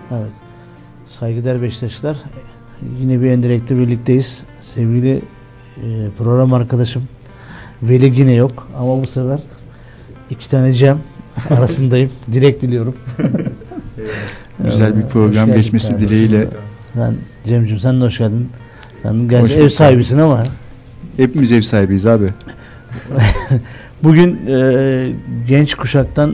Evet. Saygıdeğer Beşiktaşlar. Yine bir Endirekt'te birlikteyiz. Sevgili program arkadaşım Veli yine yok ama bu sefer 2 tane Cem arasındayım. Dilek diliyorum. Güzel bir program geçmesi kardeşim. dileğiyle. Cem'cim sen de hoş geldin. Sen gerçi Hoş ev bulduk. sahibisin ama. Hepimiz ev sahibiyiz abi. Bugün genç kuşaktan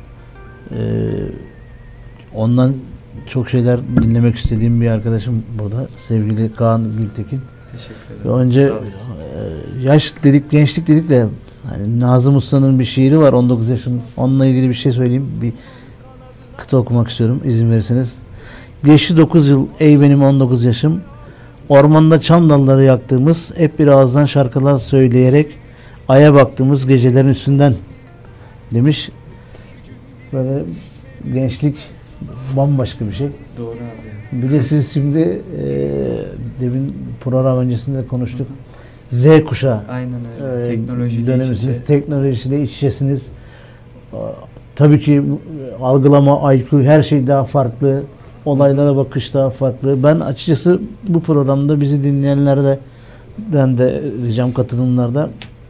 ondan çok şeyler dinlemek istediğim bir arkadaşım burada. Sevgili Kaan Gültekin. Teşekkür ederim. Önce yaş dedik, gençlik dedik de hani Nazım Usta'nın bir şiiri var 19 yaşım. Onunla ilgili bir şey söyleyeyim. Bir kıta okumak istiyorum izin verirseniz. Geçti 9 yıl ey benim 19 yaşım. Ormanda çam dalları yaktığımız, hep bir ağızdan şarkılar söyleyerek aya baktığımız gecelerin üstünden demiş. Böyle gençlik bambaşka bir şey. Doğru abi. Bir de siz şimdi demin program öncesinde konuştuk. Z kuşağı. Aynen öyle. Teknolojiyle dönemisiniz. iç içe. Teknolojiyle iç içesiniz. Tabii ki algılama, IQ her şey daha farklı. Olaylara bakış daha farklı. Ben açıkçası bu programda bizi dinleyenlerden de ricam katılımlarda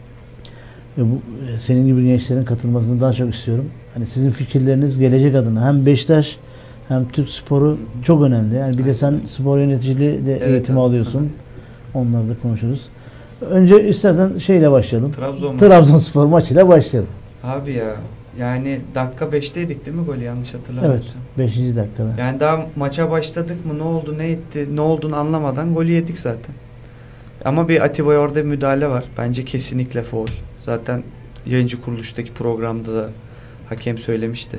senin gibi gençlerin katılmasını daha çok istiyorum. Hani sizin fikirleriniz gelecek adına hem Beşiktaş hem Türk sporu çok önemli. Yani bir de sen spor yöneticiliği de eğitimi alıyorsun. Onları da konuşuruz. Önce istersen şeyle başlayalım. Trabzonspor maçıyla başlayalım. Abi ya yani dakika 5'teydik değil mi golü yanlış hatırlamıyorsam? Evet 5. dakikada. Yani daha maça başladık mı ne oldu ne etti ne olduğunu anlamadan golü yedik zaten. Ama bir Atiba'ya orada bir müdahale var. Bence kesinlikle faul. Zaten yayıncı kuruluştaki programda da hakem söylemişti.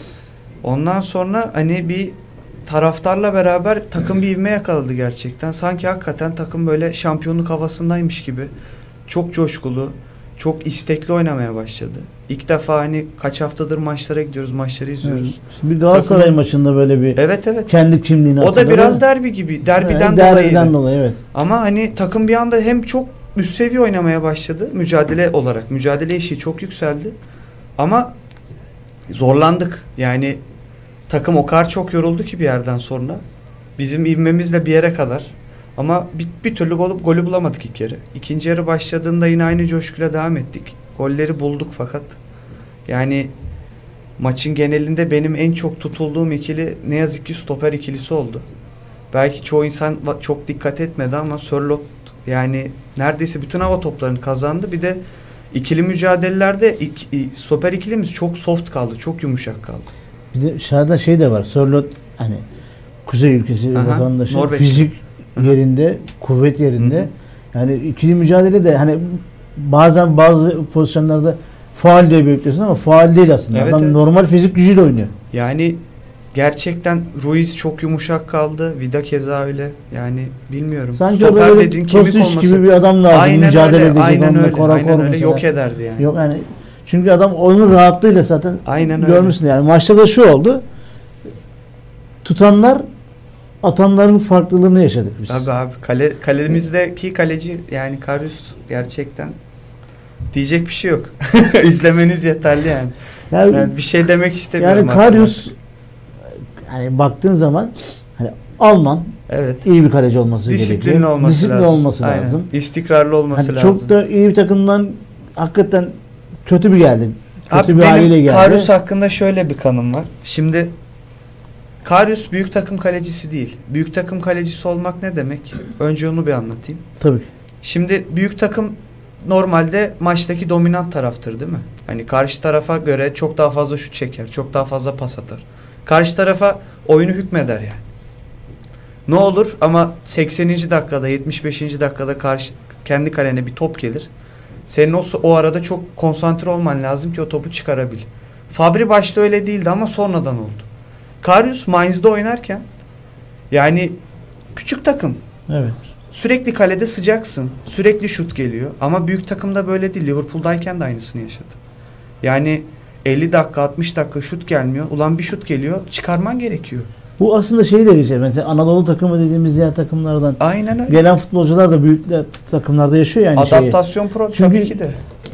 Ondan sonra hani bir taraftarla beraber takım bir ivme yakaladı gerçekten. Sanki hakikaten takım böyle şampiyonluk havasındaymış gibi. Çok coşkulu, çok istekli oynamaya başladı. İlk defa hani kaç haftadır maçlara gidiyoruz, maçları izliyoruz. Evet. Bir Galatasaray maçında böyle bir evet. kendi kimliğini O da biraz derbi gibi. Derbiden dolayı evet. Ama hani takım bir anda hem çok üst seviye oynamaya başladı mücadele olarak. Mücadele eşiği çok yükseldi. Ama zorlandık. Yani takım o kadar çok yoruldu ki bir yerden sonra. Bizim ivmemizle bir yere kadar. Ama bir türlü golü bulamadık ilk yarı. İkinci yarı başladığında yine aynı coşkuyla devam ettik. Golleri bulduk fakat yani maçın genelinde benim en çok tutulduğum ikili ne yazık ki stoper ikilisi oldu. Belki çoğu insan çok dikkat etmedi ama Sörloth yani neredeyse bütün hava toplarını kazandı. Bir de ikili mücadelelerde stoper ikilimiz çok soft kaldı. Çok yumuşak kaldı. Bir de dışarıda şey de var. Sörloth hani kuzey ülkesi vatandaşı Norveç. Fizik yerinde, kuvvet yerinde. Yani ikili mücadele de hani bazen bazı pozisyonlarda faul diye bekliyorsun ama faul değil aslında. Evet, Adam normal fizik gücüyle oynuyor. Yani gerçekten Ruiz çok yumuşak kaldı. Vida keza öyle. Yani bilmiyorum. Sanki stoper dediğin kemik olması. gibi bir adam lazım. Aynen mücadele öyle. edecek. Aynen öyle. Yok ederdi yani. Yok yani çünkü adam oyunun rahatlığıyla zaten aynen görmüşsün öyle. Yani maçta da şu oldu. Tutanlar atanların farklılığını yaşadık biz. Abi kalemizdeki kaleci yani Karius gerçekten diyecek bir şey yok. İzlemeniz yeterli yani. Yani bir şey demek istemiyorum. Yani Karius hani baktığın zaman hani Alman evet. iyi bir kaleci olması gerekiyor. Disiplinli olması lazım. İstikrarlı olması hani lazım. Çok da iyi bir takımdan hakikaten kötü bir geldi. Abi benim Karius hakkında şöyle bir kanım var. Şimdi Karius büyük takım kalecisi değil. Büyük takım kalecisi olmak ne demek? Önce onu bir anlatayım. Tabii. Şimdi büyük takım normalde maçtaki dominant taraftır değil mi? Hani karşı tarafa göre çok daha fazla şut çeker, çok daha fazla pas atar. Karşı tarafa oyunu hükmeder yani. Ne olur ama 80. dakikada, 75. dakikada kendi kalene bir top gelir. Senin o arada çok konsantre olman lazım ki o topu çıkarabil. Fabri başta öyle değildi ama sonradan oldu. Karius Mainz'da oynarken yani küçük takım. Evet. Sürekli kalede sıcaksın. Sürekli şut geliyor. Ama büyük takımda böyle değil. Liverpool'dayken de aynısını yaşadı. Yani 50 dakika 60 dakika şut gelmiyor. Ulan bir şut geliyor. Çıkarman gerekiyor. Bu aslında şeyi de geçer. Mesela Anadolu takımı dediğimiz diğer takımlardan aynen öyle. Gelen futbolcular da büyük takımlarda yaşıyor yani adaptasyon problemi tabii ki de.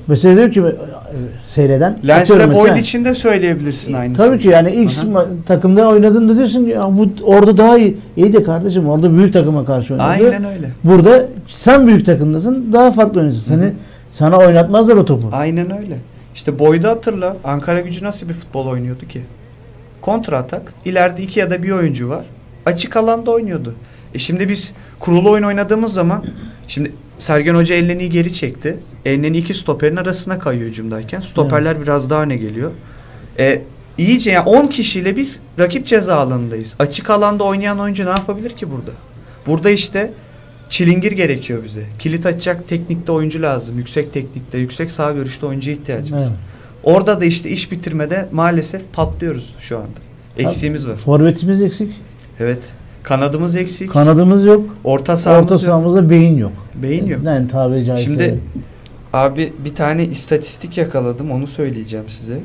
Mesela diyor ki seyreden. Lens'le Boyd için de söyleyebilirsin aynısını. Tabii ki yani X takımda oynadığında diyorsun ki ya bu orada daha iyi. İyi de kardeşim orada büyük takıma karşı oynadı. Aynen öyle. Burada sen büyük takımdasın daha farklı oynuyorsun. Sana oynatmazlar o topu. Aynen öyle. İşte Boyd'u hatırla. Ankara Gücü nasıl bir futbol oynuyordu ki? Kontra atak. İleride 2 ya da bir oyuncu var. Açık alanda oynuyordu. Şimdi biz kurulu oyun oynadığımız zaman şimdi Sergen Hoca Elneni'yi geri çekti. Elneni iki stoperin arasına kayıyor hücumdayken. Stoperler biraz daha öne geliyor. İyice yani 10 kişiyle biz rakip ceza alanındayız. Açık alanda oynayan oyuncu ne yapabilir ki burada? Burada işte çilingir gerekiyor bize. Kilit açacak teknikte oyuncu lazım. Yüksek teknikte, yüksek sağ görüşte oyuncuya ihtiyacımız var. Orada da işte iş bitirmede maalesef patlıyoruz şu anda. Eksiğimiz var. Forvetimiz eksik. Evet. Kanadımız eksik. Kanadımız yok. Orta sahamızda yok. Beyin yok. Beyin yok. Yani tabiri caizse. Şimdi abi bir tane istatistik yakaladım. Onu söyleyeceğim size.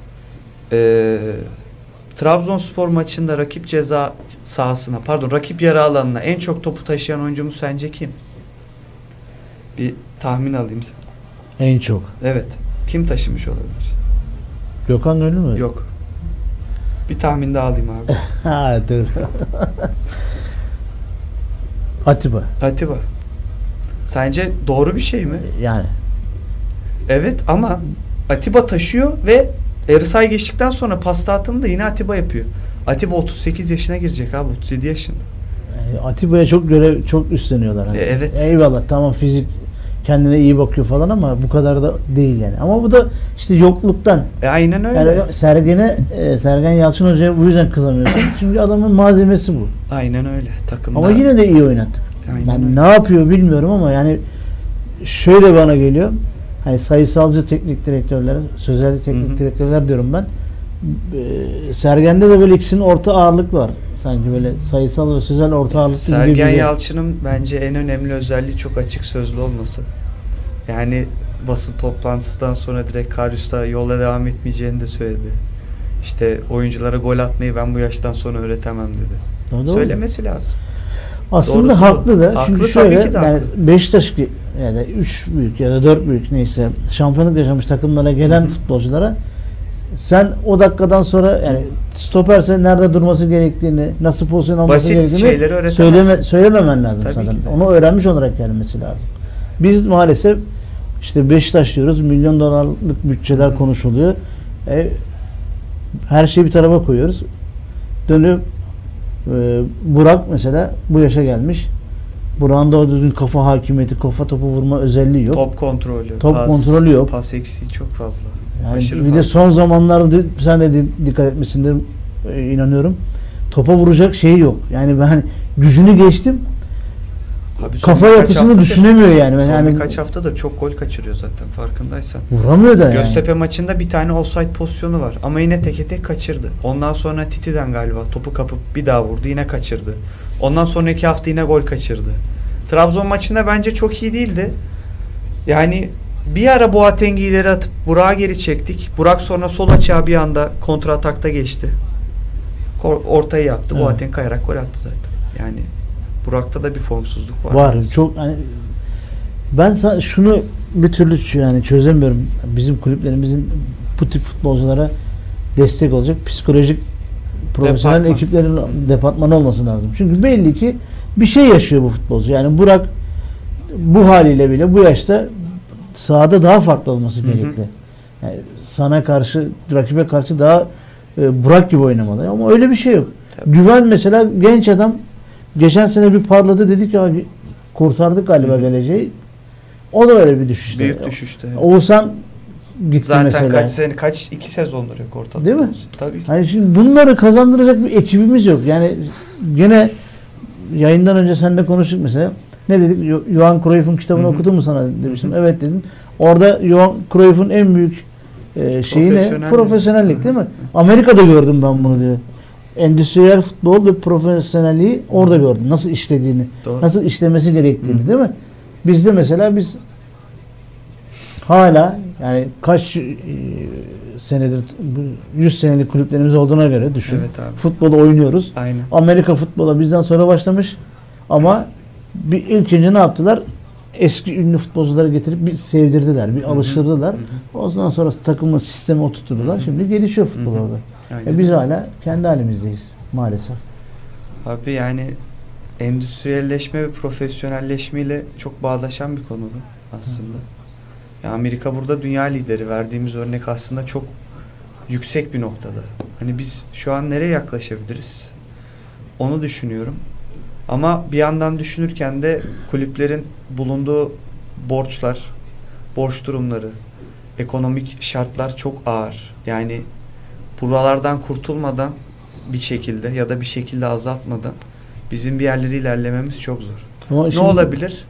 Trabzonspor maçında rakip ceza sahasına, rakip yarı alanına en çok topu taşıyan oyuncumuz sence kim? Bir tahmin alayım. En çok. Evet. Kim taşımış olabilir? Gökhan Gönül mü? Yok. Bir tahmin daha alayım abi. Ha dur. Atiba. Sence doğru bir şey mi? Yani. Evet ama Atiba taşıyor ve Ersay geçtikten sonra pas dağıtımı da yine Atiba yapıyor. Atiba 38 yaşına girecek abi, 37 yaşında. Atiba'ya çok üstleniyorlar. Hani. Evet. Eyvallah tamam fizik kendine iyi bakıyor falan ama bu kadar da değil yani. Ama bu da işte yokluktan. Aynen öyle. Yani Sergen Yalçın Hoca'ya bu yüzden kızamıyorsun. Çünkü adamın malzemesi bu. Aynen öyle. Takımda. Ama yine de iyi oynattık. Yani ne yapıyor bilmiyorum ama yani şöyle bana geliyor. Hani sayısalcı teknik direktörler, sözelci teknik direktörler diyorum ben. Sergen'de de böyle ikisinin orta ağırlık var. Sanki böyle sayısal ve sözel orta ağırlıklı. Sergen Yalçın'ın bence en önemli özelliği çok açık sözlü olması. Yani basın toplantısından sonra direkt Karius'ta yola devam etmeyeceğini de söyledi. İşte oyunculara gol atmayı ben bu yaştan sonra öğretemem dedi. Doğru. Söylemesi lazım. Aslında doğrusu haklı da. Haklı, çünkü şöyle tabii ki de yani haklı. Beşiktaş yani 3 büyük ya da 4 büyük neyse şampiyonluk yaşamış takımlara gelen futbolculara sen o dakikadan sonra yani stoperse nerede durması gerektiğini, nasıl pozisyon alması gerektiğini söylememen lazım zaten. Onu öğrenmiş olarak gelmesi lazım. Biz maalesef işte Beşiktaş diyoruz, milyon dolarlık bütçeler konuşuluyor. Her şeyi bir tarafa koyuyoruz. Dönüp Burak mesela bu yaşa gelmiş. Burak'ın doğru düzgün kafa hakimiyeti, kafa topu vurma özelliği yok. Top kontrolü. Kontrolü yok. Pas eksiği çok fazla. Yani bir fazla. De son zamanlarda sen de dikkat etmişsindir inanıyorum. Topa vuracak şeyi yok. Yani ben gücünü geçtim. Abi kafa yapısını düşünemiyor yani. Son birkaç haftadır çok gol kaçırıyor zaten farkındaysan. Vuramıyor da yani. Göztepe maçında bir tane offside pozisyonu var ama yine teke tek kaçırdı. Ondan sonra Titi'den galiba topu kapıp bir daha vurdu yine kaçırdı. Ondan sonraki hafta yine gol kaçırdı. Trabzon maçında bence çok iyi değildi. Yani bir ara Boateng'i ileri atıp Burak'ı geri çektik. Burak sonra sol açığa bir anda kontra atakta geçti. Ortayı yaptı. Evet. Boateng kayarak gol attı zaten. Yani Burak'ta da bir formsuzluk var. Var. Çok hani ben şunu bir türlü yani çözemiyorum. Bizim kulüplerimizin bu tip futbolculara destek olacak psikolojik profesyonel ekiplerin departmanı olması lazım. Çünkü belli ki bir şey yaşıyor bu futbolcu. Yani Burak bu haliyle bile bu yaşta sahada daha farklı olması gerekli. Yani sana karşı, rakibe karşı daha Burak gibi oynamalı. Ama öyle bir şey yok. Tabii. Güven mesela genç adam geçen sene bir parladı dedik ya kurtardık galiba geleceği. O da öyle bir düşüşte. Büyük düşüşte. Evet. Oğuzhan gitti zaten mesela. Zaten 2 sezondur yok ortada. Değil mi? Tabii ki. Yani şimdi bunları kazandıracak bir ekibimiz yok. Yani gene yayından önce seninle konuştuk mesela. Ne dedik? Johan Cruyff'un kitabını okudun mu sana demiştim. Evet dedin. Orada Johan Cruyff'un en büyük şeyi ne? Profesyonellik değil mi? Amerika'da gördüm ben bunu diyor. Endüstriyel futbol ve profesyonelliği orada gördüm. Nasıl işlediğini, nasıl işlemesi gerektiğini değil mi? Bizde mesela biz hala yani kaç senedir 100 senelik kulüplerimiz olduğuna göre düşün. Evet abi. Futbolu oynuyoruz. Aynen. Amerika futbola bizden sonra başlamış ama ilk önce ne yaptılar? eski ünlü futbolcuları getirip bir sevdirdiler, bir Hı hı. alıştırdılar. Hı hı. Ondan sonra takımın sistemi oturttular. Hı hı. Şimdi gelişiyor futbol Hı hı. orada. Aynen. Biz hala kendi halimizdeyiz maalesef. Abi yani endüstriyelleşme ve profesyonelleşme ile çok bağdaşan bir konu bu aslında. Ya Amerika burada dünya lideri. Verdiğimiz örnek aslında çok yüksek bir noktada. Hani biz şu an nereye yaklaşabiliriz? Onu düşünüyorum. Ama bir yandan düşünürken de kulüplerin bulunduğu borçlar, borç durumları, ekonomik şartlar çok ağır. Yani buralardan kurtulmadan bir şekilde ya da bir şekilde azaltmadan bizim bir yerlere ilerlememiz çok zor. Ama Ne şimdi- olabilir?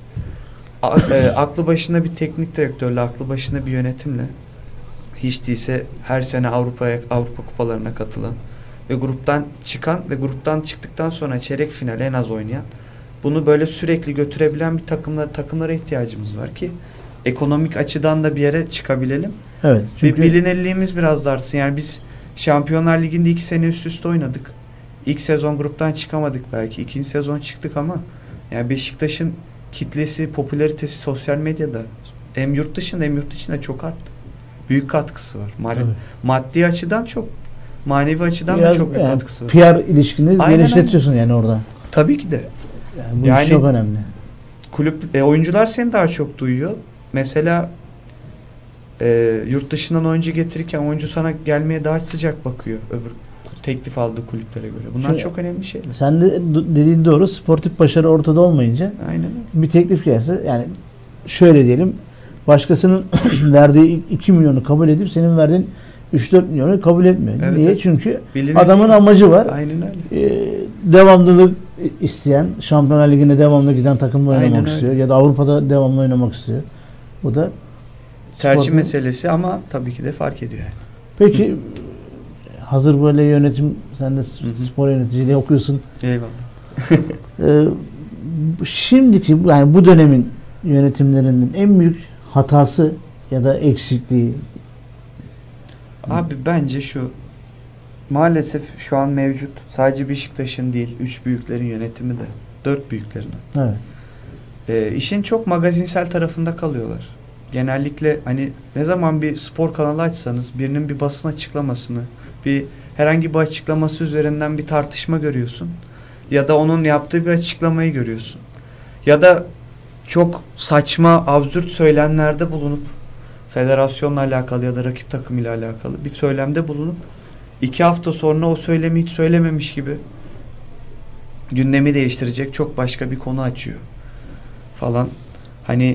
Aklı başında bir teknik direktörle, aklı başında bir yönetimle hiç değilse her sene Avrupa kupalarına katılan ve gruptan çıkan ve gruptan çıktıktan sonra çeyrek final en az oynayan, bunu böyle sürekli götürebilen bir takımlara ihtiyacımız var ki ekonomik açıdan da bir yere çıkabilelim. Evet. Ve bilinirliğimiz biraz da artsın. Yani biz Şampiyonlar Ligi'nde 2 sene üst üste oynadık. İlk sezon gruptan çıkamadık belki. İkinci sezon çıktık ama yani Beşiktaş'ın kitlesi, popülaritesi sosyal medyada hem yurt dışında hem yurt içinde çok arttı. Büyük katkısı var. Tabii. Maddi açıdan çok, manevi açıdan da Biraz çok büyük yani katkısı var. PR ilişkini Aynen, genişletiyorsun yani orada. Tabii ki de. Yani bu Yani- iş çok önemli. Oyuncular seni daha çok duyuyor. Mesela yurt dışından oyuncu getirirken oyuncu sana gelmeye daha sıcak bakıyor öbür teklif aldığı kulüplere göre. Bunlar Şimdi- çok önemli şeyler. Sen de dediğin doğru. Sportif başarı ortada olmayınca Aynen öyle. bir teklif gelse yani şöyle diyelim, başkasının verdiği 2 milyonu kabul edip senin verdiğin 3-4 milyonu kabul etmiyor. Evet, Niye? evet. Çünkü Bilinir adamın değil. amacı var. Aynen öyle. Devamlılık isteyen, Şampiyonlar Ligi'ne devamlı giden takımla Aynen oynamak öyle. istiyor ya da Avrupa'da devamlı oynamak istiyor. Bu da Tercih sporun- meselesi ama tabii ki de fark ediyor yani. Peki hazır böyle yönetim, sen de hı. spor yöneticiliği okuyorsun. Eyvallah. Ee, Şimdiki yani bu dönemin yönetimlerinin en büyük hatası ya da eksikliği. Abi bence şu, maalesef şu an mevcut sadece Beşiktaş'ın değil 3 büyüklerin yönetimi de 4 büyüklerin. Evet. İşin çok magazinsel tarafında kalıyorlar. Genellikle hani ne zaman bir spor kanalı açsanız birinin bir basın açıklamasını, bir herhangi bir açıklaması üzerinden bir tartışma görüyorsun. Ya da onun yaptığı bir açıklamayı görüyorsun. Ya da çok saçma, absürt söylemlerde bulunup federasyonla alakalı ya da rakip takım ile alakalı bir söylemde bulunup 2 hafta sonra o söylemi hiç söylememiş gibi gündemi değiştirecek çok başka bir konu açıyor falan. Hani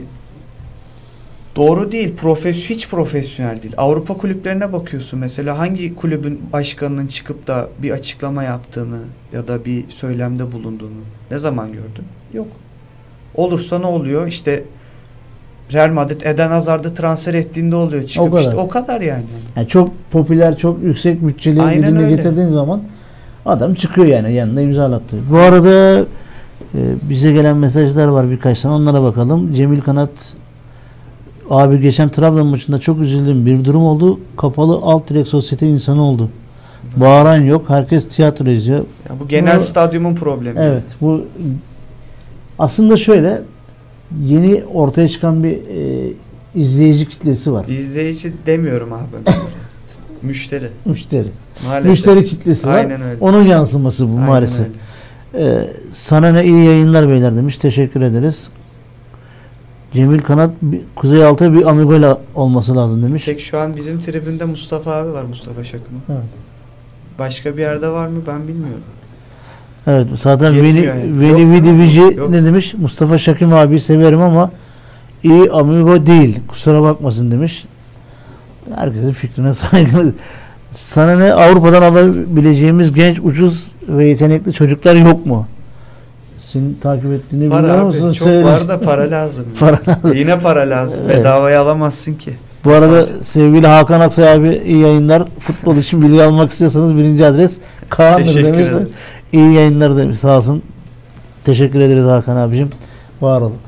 doğru değil. Hiç profesyonel değil. Avrupa kulüplerine bakıyorsun mesela, hangi kulübün başkanının çıkıp da bir açıklama yaptığını ya da bir söylemde bulunduğunu ne zaman gördün? Yok. Olursa ne oluyor? İşte Real Madrid Eden Hazard'ı transfer ettiğinde oluyor. Çıkıp O kadar. işte o kadar yani. Yani çok popüler, çok yüksek bütçeli Aynen birini öyle. getirdiğin zaman adam çıkıyor yani yanında imzalattı. Bu arada bize gelen mesajlar var birkaç tane, onlara bakalım. Cemil Kanat abi, geçen Trabzon maçında çok üzüldüm. Bir durum oldu. Kapalı alt direk sosyete insanı oldu. Bağıran yok. Herkes tiyatro izliyor. Ya bu genel Bu- stadyumun problemi. Evet. Bu aslında şöyle, yeni ortaya çıkan bir izleyici kitlesi var. İzleyici demiyorum abi. ben. Müşteri. Müşteri. Maalesef. Müşteri kitlesi var. Aynen öyle. Onun yansıması bu Aynen maalesef. öyle. Sana ne iyi yayınlar beyler demiş. Teşekkür ederiz. Cemil Kanat Kuzeyaltı bir Amigo'yla olması lazım demiş. Tek şu an bizim tribünde Mustafa abi var. Mustafa Şakım'ın. Evet. Başka bir yerde var mı ben bilmiyorum. Evet, zaten Yetmiyor yani. Veli Yok, Vidivici yok. ne demiş? Mustafa Şakim abi severim ama iyi Amigo değil. Kusura bakmasın demiş. Herkesin fikrine saygı. Sana ne, Avrupa'dan alabileceğimiz genç, ucuz ve yetenekli çocuklar yok mu? Senin takip ettiğini Para biliyor abi musun? çok Söyle. var da para lazım. Para lazım. Yine para lazım. Evet. Bedavaya alamazsın ki. Bu arada Sadece. sevgili Hakan Aksoy abi, iyi yayınlar. Futbol için bilgi almak istiyorsanız birinci adres Kaan'dır Teşekkür demiş. ederim. İyi yayınlar demiş, sağ olsun. Teşekkür ederiz Hakan abicim. Var olun.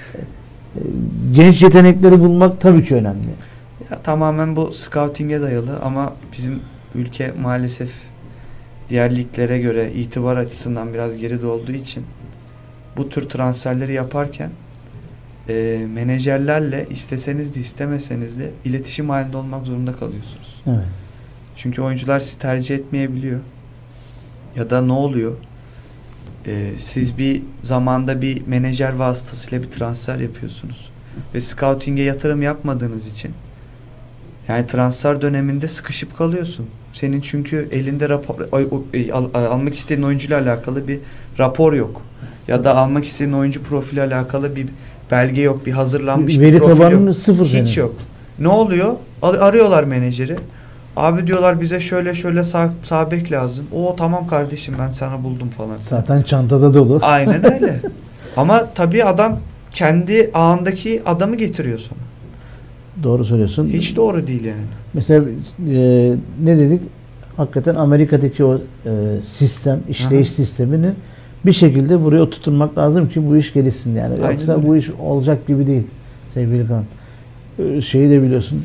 Genç yetenekleri bulmak tabii ki önemli. Ya, tamamen bu scouting'e dayalı ama bizim ülke maalesef diğer liglere göre itibar açısından biraz geride olduğu için bu tür transferleri yaparken menajerlerle isteseniz de istemeseniz de iletişim halinde olmak zorunda kalıyorsunuz. Evet. Çünkü oyuncular sizi tercih etmeyebiliyor. Ya da ne oluyor? Siz bir zamanda bir menajer vasıtasıyla bir transfer yapıyorsunuz. Ve scouting'e yatırım yapmadığınız için yani transfer döneminde sıkışıp kalıyorsun. Senin çünkü elinde almak istediğin oyuncuyla alakalı bir rapor yok. Ya da almak istediğin oyuncu profili alakalı bir belge yok. Bir hazırlanmış veri bir profil tabanı yok. sıfır Hiç senin. yok. Ne oluyor? Arıyorlar menajeri. Abi diyorlar bize şöyle sağ bek lazım. O tamam kardeşim ben sana buldum falan. Zaten çantada dolu. Aynen öyle. Ama tabii adam kendi ağındaki adamı getiriyor sana. Doğru söylüyorsun. Hiç doğru değil yani. Mesela ne dedik? Hakikaten Amerika'daki o sistem, işleyiş sistemini bir şekilde buraya oturtmak lazım ki bu iş gelişsin yani. Aynen Yoksa öyle. bu iş olacak gibi değil sevgili Kaan. Şeyi de biliyorsun.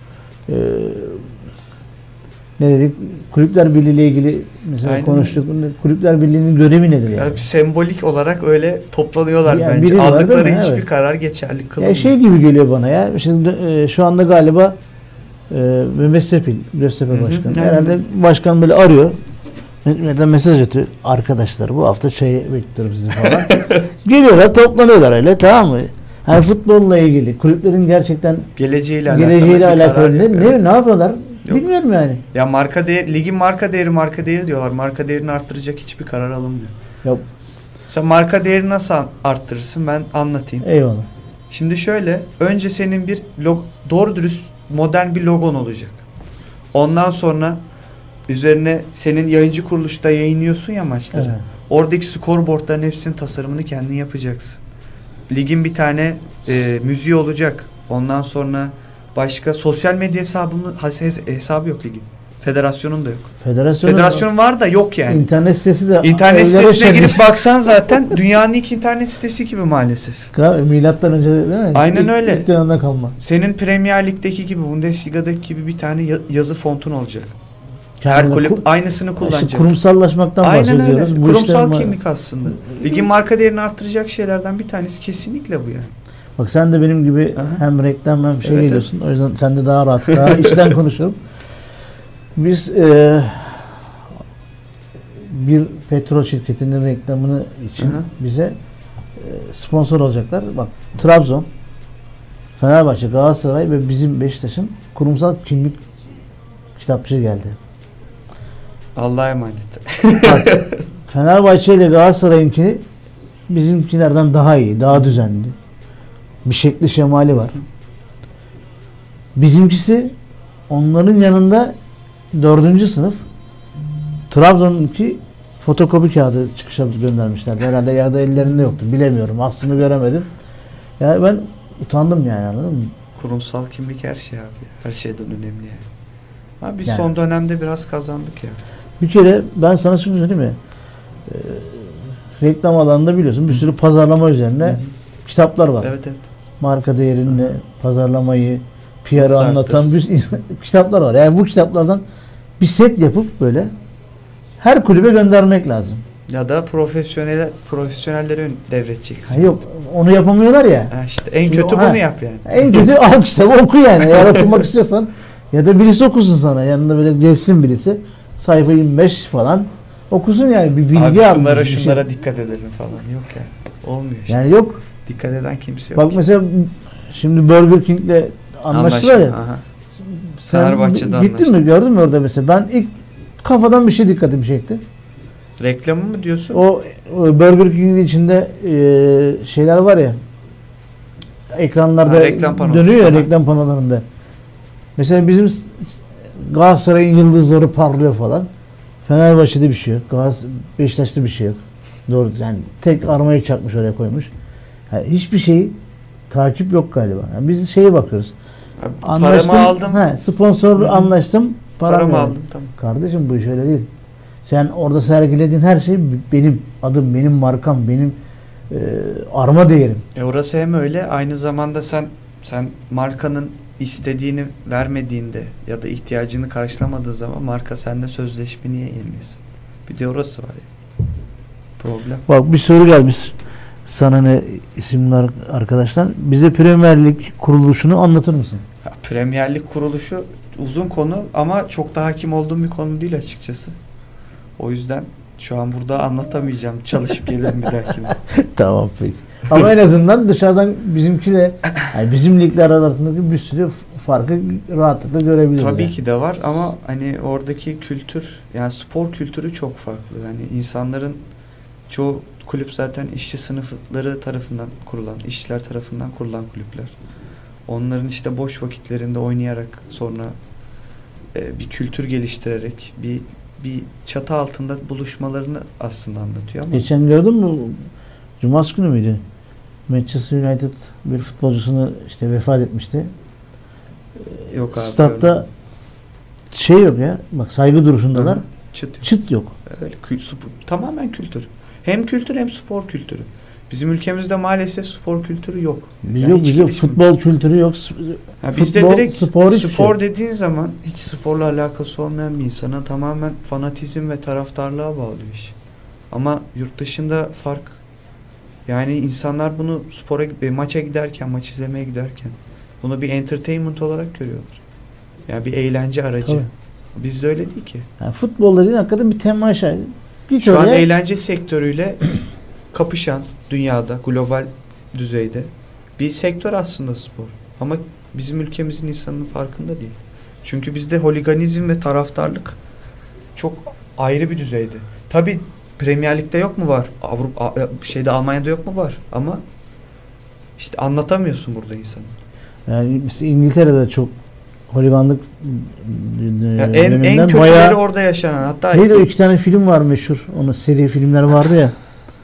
Ne dedik? Kulüpler Birliği ile ilgili mesela Aynen konuştuk. Kulüpler Birliği'nin görevi nedir yani? Yani sembolik olarak öyle toplanıyorlar Yani bence. biri var, Aldıkları değil mi? hiçbir Evet. karar geçerli kılınmıyor. Ya şey gibi geliyor bana ya. Şimdi şu anda galiba Mehmet Sepil, Göztepe Başkanı. Yani. Herhalde başkan böyle arıyor. Ya da mesaj atıyor. Arkadaşlar bu hafta çayı bekliyorum sizi falan. Geliyorlar, toplanıyorlar öyle, tamam mı? Hani futbolla ilgili, kulüplerin gerçekten Geleceğiyle geleceğiyle alakalı bir alakalı karar yok. Evet. ne yapıyorlar? Yok. Bilmiyorum yani. Ya ligin marka değeri diyorlar. Marka değerini arttıracak hiçbir karar alınmıyor. Ya, Sen marka değerini nasıl arttırırsın ben anlatayım. eyvallah. Şimdi şöyle, önce senin bir doğru dürüst modern bir logon olacak. Ondan sonra üzerine senin yayıncı kuruluşta yayınlıyorsun ya maçları. Evet. Oradaki scoreboardların hepsinin tasarımını kendin yapacaksın. Ligin bir tane müziği olacak. Ondan sonra başka sosyal medya hesabı yok ligin. Federasyonun da yok. Federasyon var da yok yani. İnternet sitesi de İnternet evlere sitesine şenlik. girip baksan zaten dünyanın ilk internet sitesi gibi maalesef. Milattan önce değil mi? Aynen öyle. İlk dönemde kalma. Senin Premier Lig'deki gibi, Bundesliga'daki gibi bir tane yazı fontun olacak. Her Kendine kulüp aynısını İşte kullanacak. kurumsallaşmaktan Aynen bahsediyoruz. öyle. Bu Kurumsal işler kimlik aslında. Ligin marka değerini artıracak şeylerden bir tanesi kesinlikle bu yani. Bak sen de benim gibi Aha. hem reklam hem şey Evet, geliyorsun. O yüzden sen de daha rahat, daha içten konuşalım. Biz bir petrol şirketinin reklamını için Aha. bize sponsor olacaklar. Bak Trabzon, Fenerbahçe, Galatasaray ve bizim Beşiktaş'ın kurumsal kimlik kitapçığı geldi. Allah'a emanet. Bak, Fenerbahçe ile Galatasaray'ınkini bizimkilerden daha iyi, daha düzenli. Bir şekli şemali var. Bizimkisi onların yanında 4. sınıf. Trabzon'unki fotokopi kağıdı çıkışa göndermişler. Herhalde ya da ellerinde yoktu. Bilemiyorum. Aslını göremedim. Yani ben utandım yani, anladın mı? Kurumsal kimlik her şey abi. Her şeyden önemli yani. Abi biz Yani. son dönemde biraz kazandık ya. Bir kere ben sana şunu söyleyeyim mi? Reklam alanında biliyorsun bir sürü pazarlama üzerine Hı-hı. kitaplar var. Evet evet. Marka değerini, pazarlamayı, PR'ı Nasıl anlatan arttırırız? bir kitaplar var. Yani bu kitaplardan bir set yapıp böyle her kulübe göndermek lazım. Ya da profesyonelleri devredeceksin. Ha yok, onu yapamıyorlar ya. Ha işte en Şimdi kötü o- ha. bunu yap yani. En kötü al kitabı oku yani. Eğer okumak istiyorsan ya da birisi okusun sana. Yanında böyle geçsin birisi. Sayfa 25 falan. Okusun yani. Bir bilgi Abi al. şunlara bir şey. şunlara dikkat edelim falan. Yok yani. Olmuyor işte. Yani yok. Dikkat eden kimse yok. Bak mesela şimdi Burger King'le anlaştılar ya. Aha. Sen Fenerbahçe'de gittin anlaştık. mi? Gördün mü orada mesela? Ben ilk kafadan bir şey dikkatimi çekti. Reklamı mı diyorsun? O Burger King'in içinde şeyler var ya. Ekranlarda Ha, reklam panoları. dönüyor ya, Aha. reklam panolarında. Mesela bizim Galatasaray'ın yıldızları parlıyor falan. Fenerbahçe'de bir şey yok. Beşiktaş'ta bir şey yok. Doğru, yani tek armayı çakmış oraya koymuş. Yani hiçbir şey takip yok galiba. Yani biz şeye bakıyoruz. Abi, Anlaştım. paramı aldım. Sponsor Hı-hı. anlaştım. Paramı verdim. aldım tamam. Kardeşim bu iş öyle değil. Sen orada sergilediğin her şey benim adım, benim markam, benim arma değerim. Orası hem öyle aynı zamanda sen markanın istediğini vermediğinde ya da ihtiyacını karşılamadığı zaman marka seninle sözleşme niye yenilesin? Bir de orası var ya. Problem. Bak bir soru gelmiş. Sana ne isimler arkadaşlar? Bize Premier Lig kuruluşunu anlatır mısın? Ya, Premier Lig kuruluşu uzun konu ama çok da hakim olduğum bir konu değil açıkçası. O yüzden şu an burada anlatamayacağım. Çalışıp gelirim bir dahakine. Tamam peki. Ama en azından dışarıdan bizimkiyle, yani bizim ligler arasındaki bir sürü farkı rahatlıkla görebiliriz. Tabii yani. ki de var ama hani oradaki kültür, yani spor kültürü çok farklı. Yani insanların çoğu kulüp zaten işçi sınıfları tarafından kurulan, işçiler tarafından kurulan kulüpler. Onların işte boş vakitlerinde oynayarak sonra bir kültür geliştirerek bir çatı altında buluşmalarını aslında anlatıyor ama Geçen gördün mü? Cumartesi günü müydü? Manchester United bir futbolcusunu işte vefat etmişti. yok abi. Statta öyle. şey yok ya. Bak saygı duruşundalar. Hı hı. Çıt yok. Çıt yok. Öyle tamamen kültür. Hem kültür hem spor kültürü. Bizim ülkemizde maalesef spor kültürü yok. Yani Yok, hiç yok. gelişmedi. Futbol kültürü yok. Ya bizde Futbol, direkt spor hiçbir spor şey. dediğin zaman hiç sporla alakası olmayan bir insana tamamen fanatizm ve taraftarlığa bağlıyor iş. Ama yurt dışında fark, yani insanlar bunu maça giderken, maç izlemeye giderken bunu bir entertainment olarak görüyorlar. Yani bir eğlence aracı. Tabii. Bizde öyle değil ki. Yani futbol dediğin hakikaten bir temaşa. Git Şu an oraya. eğlence sektörüyle kapışan dünyada, global düzeyde bir sektör aslında spor. Ama bizim ülkemizin insanının farkında değil. Çünkü bizde holiganizm ve taraftarlık çok ayrı bir düzeyde. Tabii Premier Lig'de yok mu var? Almanya'da yok mu var? Ama işte anlatamıyorsun burada insanı. Yani mesela İngiltere'de çok holiganlık Ya en döneminden kötüleri bayağı orada yaşanan. Hatta neydi o 2 tane film var meşhur. Onun seri filmler vardı ya.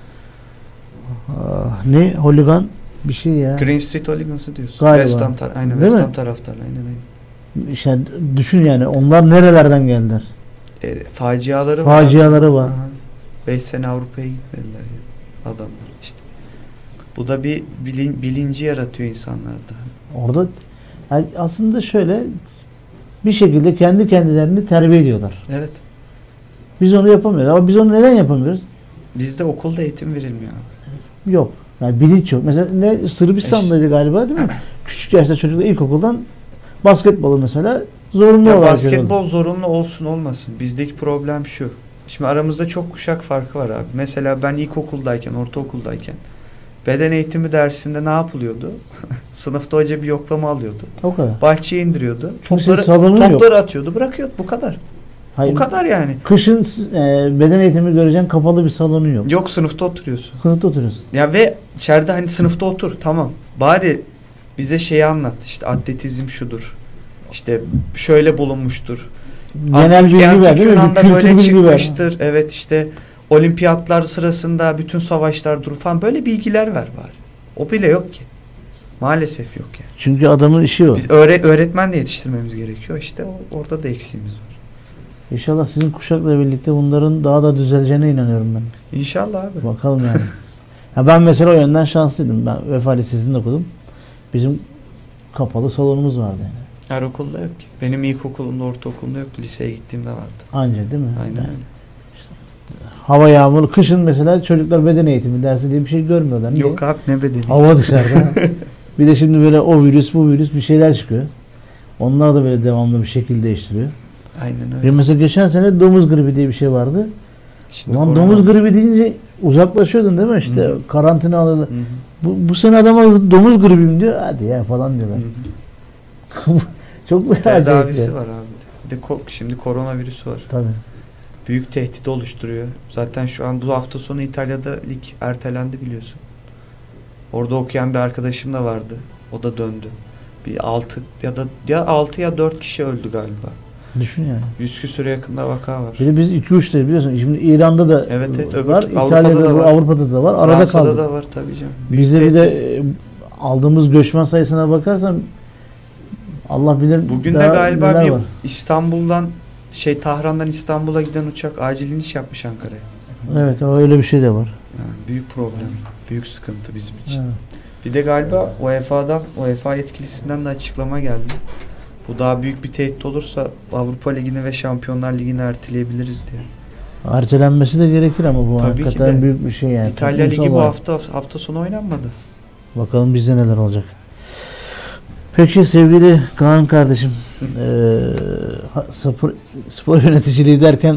Ne? Holigan bir şey ya. Green Street Hooligans'ı diyorsun. Galiba. West Ham aynen Değil West mi? Ham taraftarı aynen. İşte düşün yani onlar nerelerden geldiler? Faciaları Faciaları var. 5 sene Avrupa'ya gitmediler ya adamlar işte. Bu da bir bilinci yaratıyor insanlarda. Orada yani aslında şöyle bir şekilde kendi kendilerini terbiye ediyorlar. Evet. Biz onu yapamıyoruz. Ama biz onu neden yapamıyoruz? Bizde okulda eğitim verilmiyor abi. Yok. Yani bilinç yok. Mesela ne Sırbistan'daydı galiba değil mi? Küçük yaşta çocuklar ilkokuldan basketbolu mesela zorunlu Ya olarak basketbol görüyorlar. zorunlu olsun olmasın. Bizdeki problem şu. Şimdi aramızda çok kuşak farkı var abi. Mesela ben ilkokuldayken, ortaokuldayken beden eğitimi dersinde ne yapılıyordu? Sınıfta hoca bir yoklama alıyordu. O kadar. Bahçeye indiriyordu. Kimsenin salonu yok. Topları atıyordu, bırakıyordu. Bu kadar. Hayır. Bu kadar yani. Kışın beden eğitimi göreceğin kapalı bir salonu yok. Yok, sınıfta oturuyorsun. Sınıfta oturuyorsun. Ya ve içeride hani sınıfta otur, tamam. Bari bize şeyi anlat. İşte atletizm şudur. İşte şöyle bulunmuştur. Genel bilgi ver değil mi? Bir Yunan'da kültür böyle bilgi ver. çıkmıştır. Evet, işte olimpiyatlar sırasında bütün savaşlar durur falan, böyle bilgiler ver bari. O bile yok ki. Maalesef yok yani. Çünkü adamın işi o. Biz öğretmen de yetiştirmemiz gerekiyor. İşte orada da eksiğimiz var. İnşallah sizin kuşakla birlikte bunların daha da düzeleceğine inanıyorum ben. İnşallah abi. Bakalım yani. Ya ben mesela o yönden şanslıydım. Ben Vefa Lisesi'nde okudum. Bizim kapalı salonumuz vardı yani. Her okulda yok ki. Benim ilkokulumda, ortaokulumda yoktu. Liseye gittiğimde vardı. Anca değil mi? Aynen Yani öyle. hava yağmurlu. Kışın mesela çocuklar beden eğitimi dersi diye bir şey görmüyorlar. Niye? Yok abi, ne bedeni. Hava dışarıda. Bir de şimdi böyle o virüs bu virüs bir şeyler çıkıyor. Onlar da böyle devamlı bir şekil değiştiriyor. Aynen Ve öyle. mesela geçen sene domuz gribi diye bir şey vardı. Şimdi Ulan korona domuz var. gribi deyince uzaklaşıyordun değil mi? İşte Hı hı. karantina alıyorlar. Hı hı. Bu sene adama domuz gribiyim diyor. Hadi ya falan diyorlar. Hı hı. Çok bir Tedavisi acayip ya. var abi. Bir de şimdi koronavirüsü var. Tabii. Büyük tehdit oluşturuyor. Zaten şu an bu hafta sonu İtalya'da lig ertelendi biliyorsun. Orada okuyan bir arkadaşım da vardı. O da döndü. Bir 6 ya 4 kişi öldü galiba. Düşün yani. 100 küsüre yakında vaka var. Bir de biz 2-3 değil biliyorsun. Şimdi İran'da da Evet, var. Avrupa'da İtalya'da da da var. Avrupa'da da var. Arada Fransa'da kaldı. da var tabii canım. Büyük Bizde bir tehdit. de aldığımız göçmen sayısına bakarsan Allah bilir Bugün de daha galiba neler bir var. İstanbul'dan Tahran'dan İstanbul'a giden uçak acil iniş yapmış Ankara'ya. Evet, öyle bir şey de var. Yani büyük problem. Büyük sıkıntı bizim için. Evet. Bir de galiba UEFA yetkilisinden de açıklama geldi. Bu daha büyük bir tehdit olursa Avrupa Ligi'ni ve Şampiyonlar Ligi'ni erteleyebiliriz diye. Ertelenmesi de gerekir ama bu Tabii ki hakikaten de. büyük bir şey yani. İtalya Ligi Toplumsal bu olarak. hafta sonu oynanmadı. Bakalım bizde neler olacak. Peki sevgili Kaan kardeşim, spor yöneticiliği derken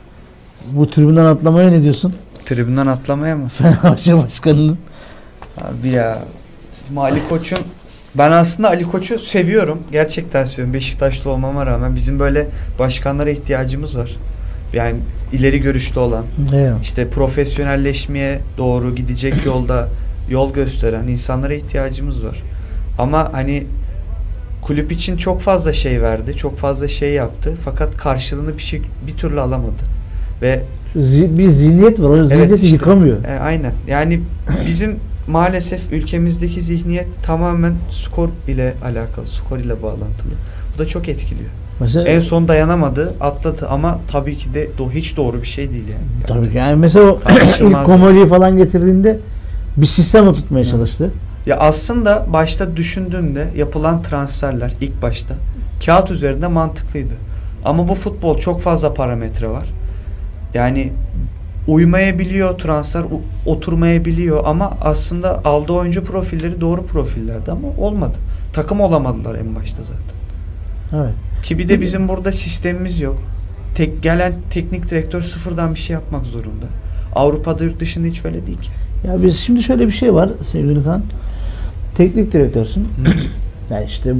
bu tribünden atlamaya ne diyorsun? Tribünden atlamaya mı? Fenerbahçe başkanının. Abi ya Ali Koç'un, ben aslında Ali Koç'u seviyorum. Gerçekten seviyorum. Beşiktaşlı olmama rağmen bizim böyle başkanlara ihtiyacımız var. Yani ileri görüşlü olan, Evet. işte profesyonelleşmeye doğru gidecek yolda yol gösteren insanlara ihtiyacımız var. Ama hani kulüp için çok fazla şey verdi, çok fazla şey yaptı. Fakat karşılığını bir türlü alamadı. Ve Bir zihniyet var. O zihniyeti işte, yıkamıyor. aynen. Yani bizim maalesef ülkemizdeki zihniyet tamamen skor ile alakalı, skor ile bağlantılı. Bu da çok etkiliyor. Mesela, En son dayanamadı, atladı ama tabii ki de hiç doğru bir şey değil yani. tabii ki. Yani mesela o Tartışılmaz. ilk Komoli'yi falan getirdiğinde bir sistem oturtmaya çalıştı. Ya aslında başta düşündüğünde yapılan transferler ilk başta kağıt üzerinde mantıklıydı. Ama bu futbol çok fazla parametre var. Yani uymayabiliyor transfer, oturmayabiliyor ama aslında aldığı oyuncu profilleri doğru profillerdi ama olmadı. Takım olamadılar en başta zaten. Evet. Ki bir de bizim burada sistemimiz yok. Gelen teknik direktör sıfırdan bir şey yapmak zorunda. Avrupa'da, yurt dışında hiç öyle değil ki. Ya biz şimdi şöyle bir şey var sevgili Kan. Teknik direktörsün. Yani işte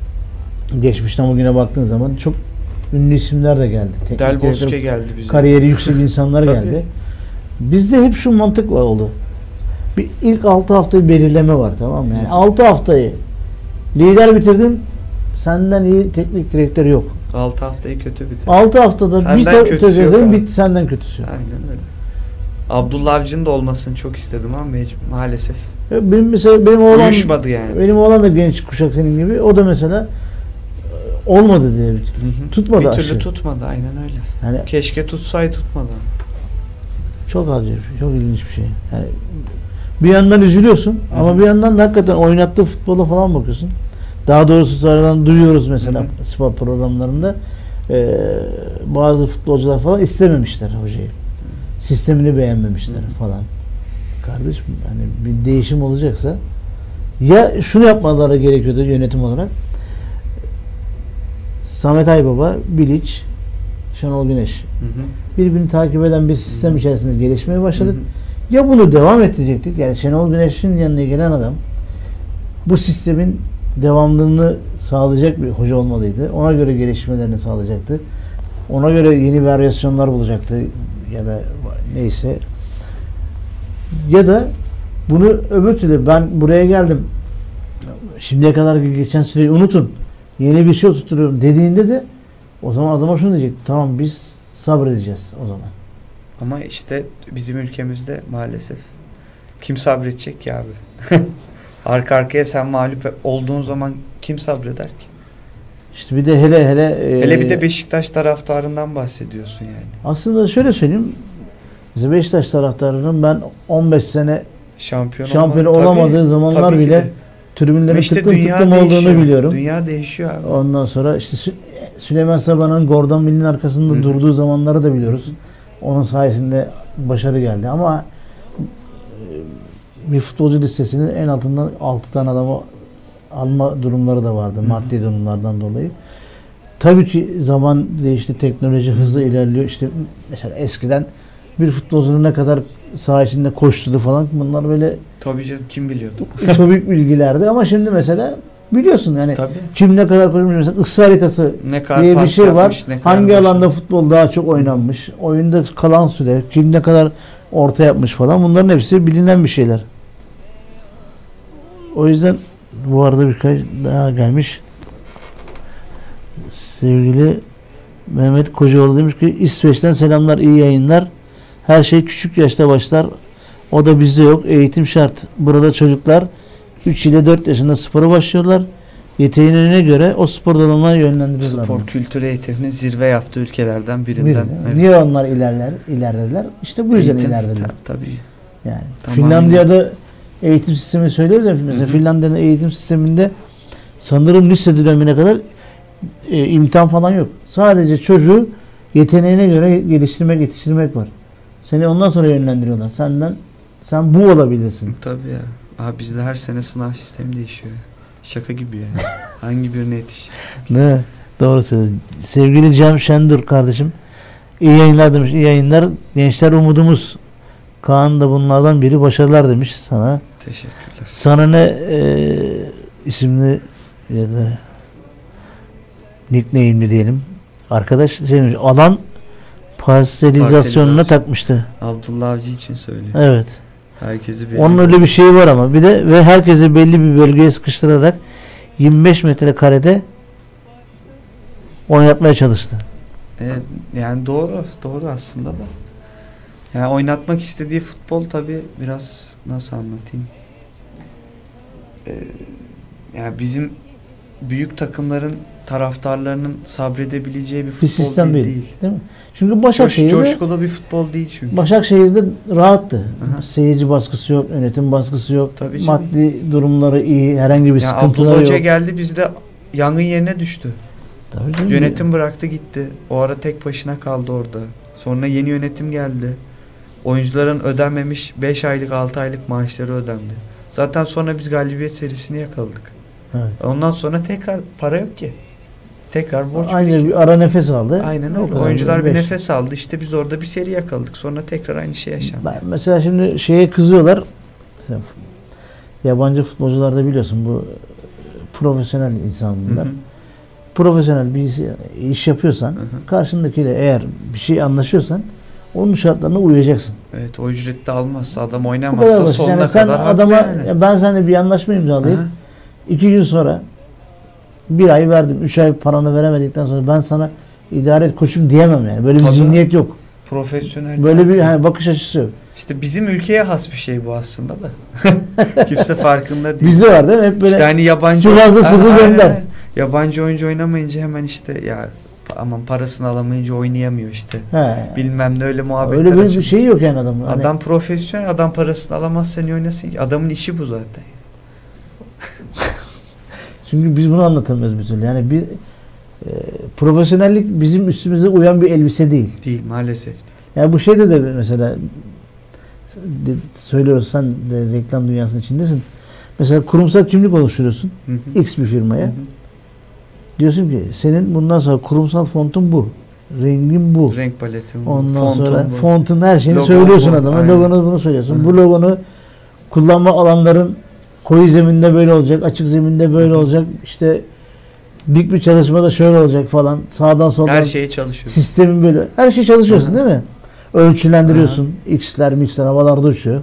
geçmişten bugüne baktığın zaman çok ünlü isimler de geldi. Del Bosque geldi bize. Kariyeri yüksek insanlar Tabii. geldi. Bizde hep şu mantık var oldu. Bir ilk 6 haftayı belirleme var, tamam mı? Yani 6 haftayı lider bitirdin, senden iyi teknik direktör yok. 6 haftayı kötü bitirdi. 6 haftada Senden bir kötüsü yok abi. bitti, senden kötüsü. Aynen öyle. Abdullah Avcı'nın da olmasını çok istedim ama maalesef Benim mesela uyuşmadı yani. benim oğlan da genç kuşak senin gibi. O da mesela olmadı diye tutmadı Bir türlü aşı. tutmadı, aynen öyle. Yani Keşke tutsaydı, tutmadı. çok acayip, çok ilginç bir şey. Yani bir yandan üzülüyorsun ama bir yandan da hakikaten oynattığı futbola falan bakıyorsun. Daha doğrusu sonradan duyuyoruz mesela spor programlarında bazı futbolcular falan istememişler hocayı. Sistemini beğenmemişler falan. Kardeşim hani bir değişim olacaksa ya şunu yapmaları gerekiyordu yönetim olarak. Samet Aybaba, Bilic, Şenol Güneş birbirini takip eden bir sistem içerisinde gelişmeye başladık. Ya bunu devam ettirecektik. Yani Şenol Güneş'in yanına gelen adam bu sistemin devamlılığını sağlayacak bir hoca olmalıydı. Ona göre gelişmelerini sağlayacaktı. Ona göre yeni varyasyonlar bulacaktı ya da neyse. Ya da bunu öbür türlü ben buraya geldim. Şimdiye kadar geçen süreyi unutun. Yeni bir şey oturtuyorum dediğinde de o zaman adama şunu diyecek. Tamam biz sabredeceğiz o zaman. Ama işte bizim ülkemizde maalesef kim sabredecek ki abi? Arka arkaya sen mağlup olduğun zaman kim sabreder ki? İşte bir de hele Bir de Beşiktaş taraftarından bahsediyorsun yani. aslında şöyle söyleyeyim. Mesela Beşiktaş taraftarının ben 15 sene şampiyon olamadığı zamanlar bile tribünlerin işte tıklım olduğunu biliyorum. Dünya değişiyor abi. Ondan sonra işte Süleyman Sabah'ın Gordon Mill'in arkasında durduğu zamanları da biliyoruz. Onun sayesinde başarı geldi ama bir futbolcu listesinin en altından 6 tane adamı alma durumları da vardı maddi durumlardan dolayı. Tabii ki zaman değişti, teknoloji hızlı ilerliyor. İşte mesela eskiden bir futbolcunun ne kadar saha içinde koştuğu falan bunlar böyle Tabii canım, kim biliyordu? ütopik bilgilerdi ama şimdi mesela biliyorsun yani Tabii. kim ne kadar koşmuş, mesela ısı haritası Ne kadar diye bir pas şey var. yapmış, ne kadar Hangi alanda başarılı. futbol daha çok oynanmış, oyunda kalan süre, kim ne kadar orta yapmış falan, bunların hepsi bilinen bir şeyler. O yüzden bu arada birkaç daha gelmiş. Sevgili Mehmet Kocaoğlu demiş ki İsveç'ten selamlar, iyi yayınlar. Her şey küçük yaşta başlar. O da bizde yok. Eğitim şart. Burada çocuklar 3 ile 4 yaşında spora başlıyorlar. Yeteneğine göre o spor dalına yönlendirirler. Spor kültürü eğitiminin zirve yaptığı ülkelerden birinden. Evet. Niye onlar ilerlediler? İşte bu yüzden ilerlediler. Tabii. Yani Tamamen Finlandiya'da eğitim sistemi söylüyoruz ya, mesela Finlandiya'nın eğitim sisteminde sanırım lise dönemine kadar imtihan falan yok. Sadece çocuğu Yeteneğine göre geliştirmek, yetiştirmek var. Seni ondan sonra yönlendiriyorlar. Sen bu olabilirsin. Tabii ya. Abi bizde her sene sınav sistemi değişiyor. Şaka gibi yani. Hangi birine yetişeceksin? Ne? Doğru söylüyorsun. Sevgili Cem Şendur kardeşim. İyi yayınlar demiş. İyi yayınlar. Gençler umudumuz. Kaan da bunlardan biri. Başarılar demiş sana. Teşekkürler. Sana ne isimli ya da nickname'li diyelim. Arkadaş şey demiş, alan parselizasyonuna takmıştı. Abdullah Avcı için söylüyor. Evet. Herkesi Onun öyle bir şeyi var ama bir de ve herkesi belli bir bölgeye sıkıştırarak 25 metrekarede oynatmaya çalıştı. Evet, yani doğru aslında da. Yani oynatmak istediği futbol tabii biraz nasıl anlatayım? Yani bizim büyük takımların taraftarlarının sabredebileceği bir Bir futbol sistem değil mi? Çünkü coşkulu bir futbol değil çünkü. Başakşehir'de rahattı. Aha. Seyirci baskısı yok, yönetim baskısı yok. Tabii maddi durumları iyi, herhangi bir yani sıkıntıları Abdullah yok. Hoca geldi bizde yangın yerine düştü. Tabii canım. Yönetim bıraktı gitti. O ara tek başına kaldı orada. Sonra yeni yönetim geldi. Oyuncuların ödenmemiş 5 aylık 6 aylık maaşları ödendi. Zaten sonra biz galibiyet serisini yakaladık. Evet. Ondan sonra tekrar para yok ki. Tekrar borç Aynı birikiyor. bir ara nefes aldı. Aynen O öyle. kadar. Oyuncular bir Beş. nefes aldı. İşte biz orada bir seri yakaladık. Sonra tekrar aynı şey yaşandı. Mesela şimdi şeye kızıyorlar. Mesela yabancı futbolcularda biliyorsun bu profesyonel insan bunlar. Hı hı. Profesyonel bir iş yapıyorsan, Hı hı. karşındakiyle eğer bir şey anlaşıyorsan onun şartlarına uyacaksın. Evet, o ücreti de almazsa, adam Bu kadar oynamazsa basit. sonuna Yani sen kadar adama haklı yani. ya ben seninle bir anlaşma imzalayıp Aha. 2 gün sonra 1 ay verdim, 3 ay paranı veremedikten sonra ben sana idare et koçum diyemem yani. Böyle bir Tabii. zihniyet yok. Profesyonel. Böyle bir bakış açısı yok. İşte bizim ülkeye has bir şey bu aslında da. Kimse farkında değil. Bizde var değil mi? Hep böyle İşte hani yabancı Sivas'ta sırrı Aynen, gönder. aynen. Yabancı oyuncu oynamayınca hemen işte ya aman parasını alamayınca oynayamıyor işte. he, Bilmem ne öyle muhabbetler öyle bir açılıyor. şey yok yani adamın. Hani Adam profesyonel, adam parasını alamazsa niye oynasın ki? Adamın işi bu zaten. çünkü biz bunu anlatamıyoruz bir türlü. Yani bir profesyonellik bizim üstümüze uyan bir elbise değil. Değil maalesef değil. Yani bu şeyde de mesela söylüyoruz, sen de reklam dünyasının içindesin. Mesela kurumsal kimlik oluşturuyorsun Hı hı. X bir firmaya. Hı hı. Diyorsun ki senin bundan sonra kurumsal fontun bu. Rengin bu. Renk paletim, Ondan fontum sonra bu. fontun her şeyini Logo söylüyorsun bu, adama. aynen. Logonu bunu söylüyorsun. Hı. Bu logonu kullanma alanların koyu zeminde böyle olacak, açık zeminde böyle Hı. olacak. İşte dik bir çalışmada şöyle olacak falan. Sağdan soldan Her şeye çalışıyor. sistemin böyle. Her şey çalışıyorsun Hı. değil mi? Ölçülendiriyorsun. X'ler, mix'ler havalarda uçuyor.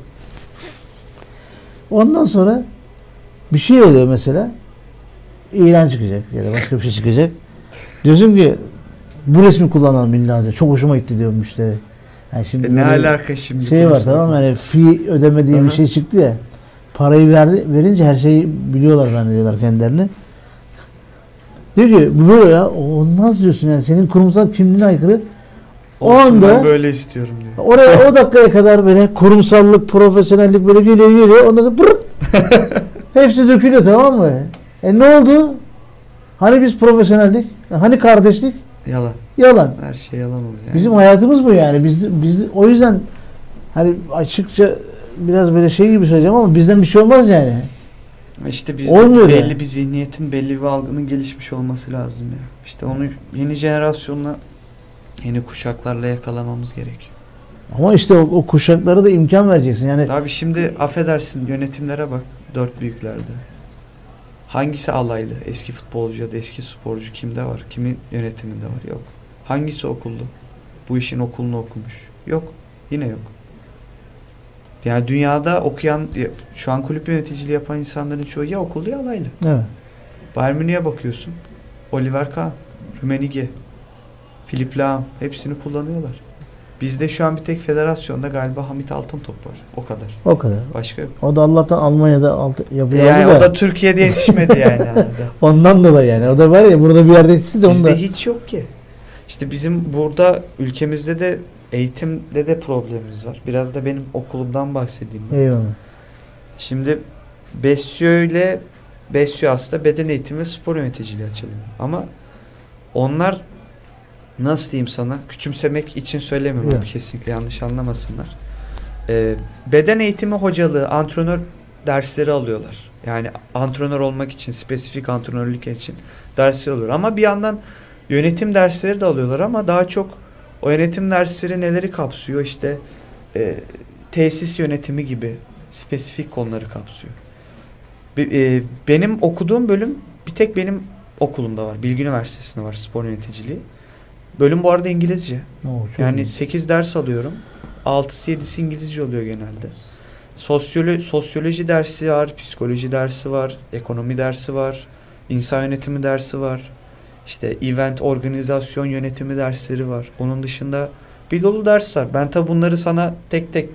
Ondan sonra bir şey oluyor mesela. İlan çıkacak ya da başka bir şey çıkacak. Diyorsun ki bu resmi kullanalım illa diyor. Çok hoşuma gitti diyor müşteri. Yani şimdi Ne böyle alaka şimdi? şey var kurumsal? tamam mı? Yani fee ödeme diye Hı bir hı. şey çıktı ya. Parayı verince her şeyi biliyorlar zannediyorlar kendilerini. Diyor ki bu böyle ya olmaz diyorsun yani senin kurumsal kimliğine aykırı. O Olsun, ben anda böyle istiyorum diyor. oraya o dakikaya kadar böyle kurumsallık, profesyonellik böyle geliyor. Ondan sonra pırıt. Hepsi dökülüyor tamam mı? Ne oldu? Hani biz profesyoneldik? Hani kardeşlik? Yalan. Yalan. Her şey yalan oluyor. Yani. Bizim hayatımız bu yani. Biz o yüzden hani açıkça biraz böyle şey gibi söyleyeceğim ama bizden bir şey olmaz yani. İşte bizde Olmuyor belli yani. bir zihniyetin, belli bir algının gelişmiş olması lazım ya. İşte onu yeni jenerasyonla, yeni kuşaklarla yakalamamız gerekiyor. Ama işte o kuşaklara da imkan vereceksin. Yani Abi şimdi affedersin, yönetimlere bak, dört büyüklerde. Hangisi alaylı? Eski futbolcu ya da eski sporcu kimde var? Kimin yönetiminde var? Yok. Hangisi okullu? Bu işin okulunu okumuş? Yok. Yine yok. Yani dünyada okuyan, şu an kulüp yöneticiliği yapan insanların çoğu ya okullu ya alaylı. evet. Bayern Münih'e bakıyorsun. Oliver Kahn, Rummenigge, Philipp Lahm hepsini kullanıyorlar. Bizde şu an bir tek federasyonda galiba Hamit Altıntop var. O kadar. O kadar. Başka yok. O da Allah'tan Almanya'da yapıyor. Yani o da Türkiye'de yetişmedi yani. arada. ondan dolayı yani. O da var ya burada bir yerde yetişti de Bizde onda. hiç yok ki. İşte bizim burada ülkemizde de eğitimde de problemimiz var. Biraz da benim okulumdan bahsedeyim. Ben. Eyvallah. Şimdi Besyo aslında beden eğitimi ve spor yöneticiliği açılıyor. Ama onlar nasıl diyeyim sana, küçümsemek için söylemiyorum Yok. abi, kesinlikle yanlış anlamasınlar. Beden eğitimi hocalığı, antrenör dersleri alıyorlar. Yani antrenör olmak için, spesifik antrenörlük için dersler alıyorlar. Ama bir yandan yönetim dersleri de alıyorlar ama daha çok o yönetim dersleri neleri kapsıyor? İşte tesis yönetimi gibi spesifik konuları kapsıyor. Benim okuduğum bölüm bir tek benim okulumda var. Bilgi Üniversitesi'nde var spor yöneticiliği. Bölüm bu arada İngilizce. Yani 8 ders alıyorum. 6'sı 7'si İngilizce oluyor genelde. Sosyoloji dersi var, psikoloji dersi var, ekonomi dersi var, insan yönetimi dersi var. İşte event organizasyon yönetimi dersleri var. Onun dışında bir dolu ders var. Ben tabi bunları sana tek tek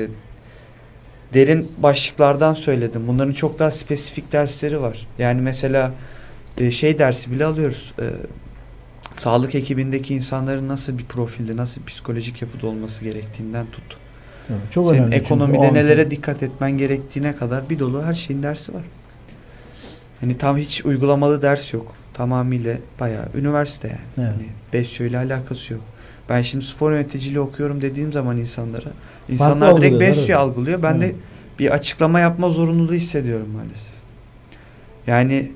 derin başlıklardan söyledim. Bunların çok daha spesifik dersleri var. Yani mesela şey dersi bile alıyoruz. Sağlık ekibindeki insanların nasıl bir profilde, nasıl bir psikolojik yapıda olması gerektiğinden tut. Tabii, çok senin önemli ekonomide nelere dikkat etmen gerektiğine kadar bir dolu her şeyin dersi var. Hani tam hiç uygulamalı ders yok. Tamamıyla bayağı üniversite yani. Evet. Hani BESYO ile alakası yok. Ben şimdi spor yöneticiliği okuyorum dediğim zaman insanlar direkt algılıyorlar, BESYO evet. algılıyor. Ben Evet. de bir açıklama yapma zorunluluğu hissediyorum maalesef. Yani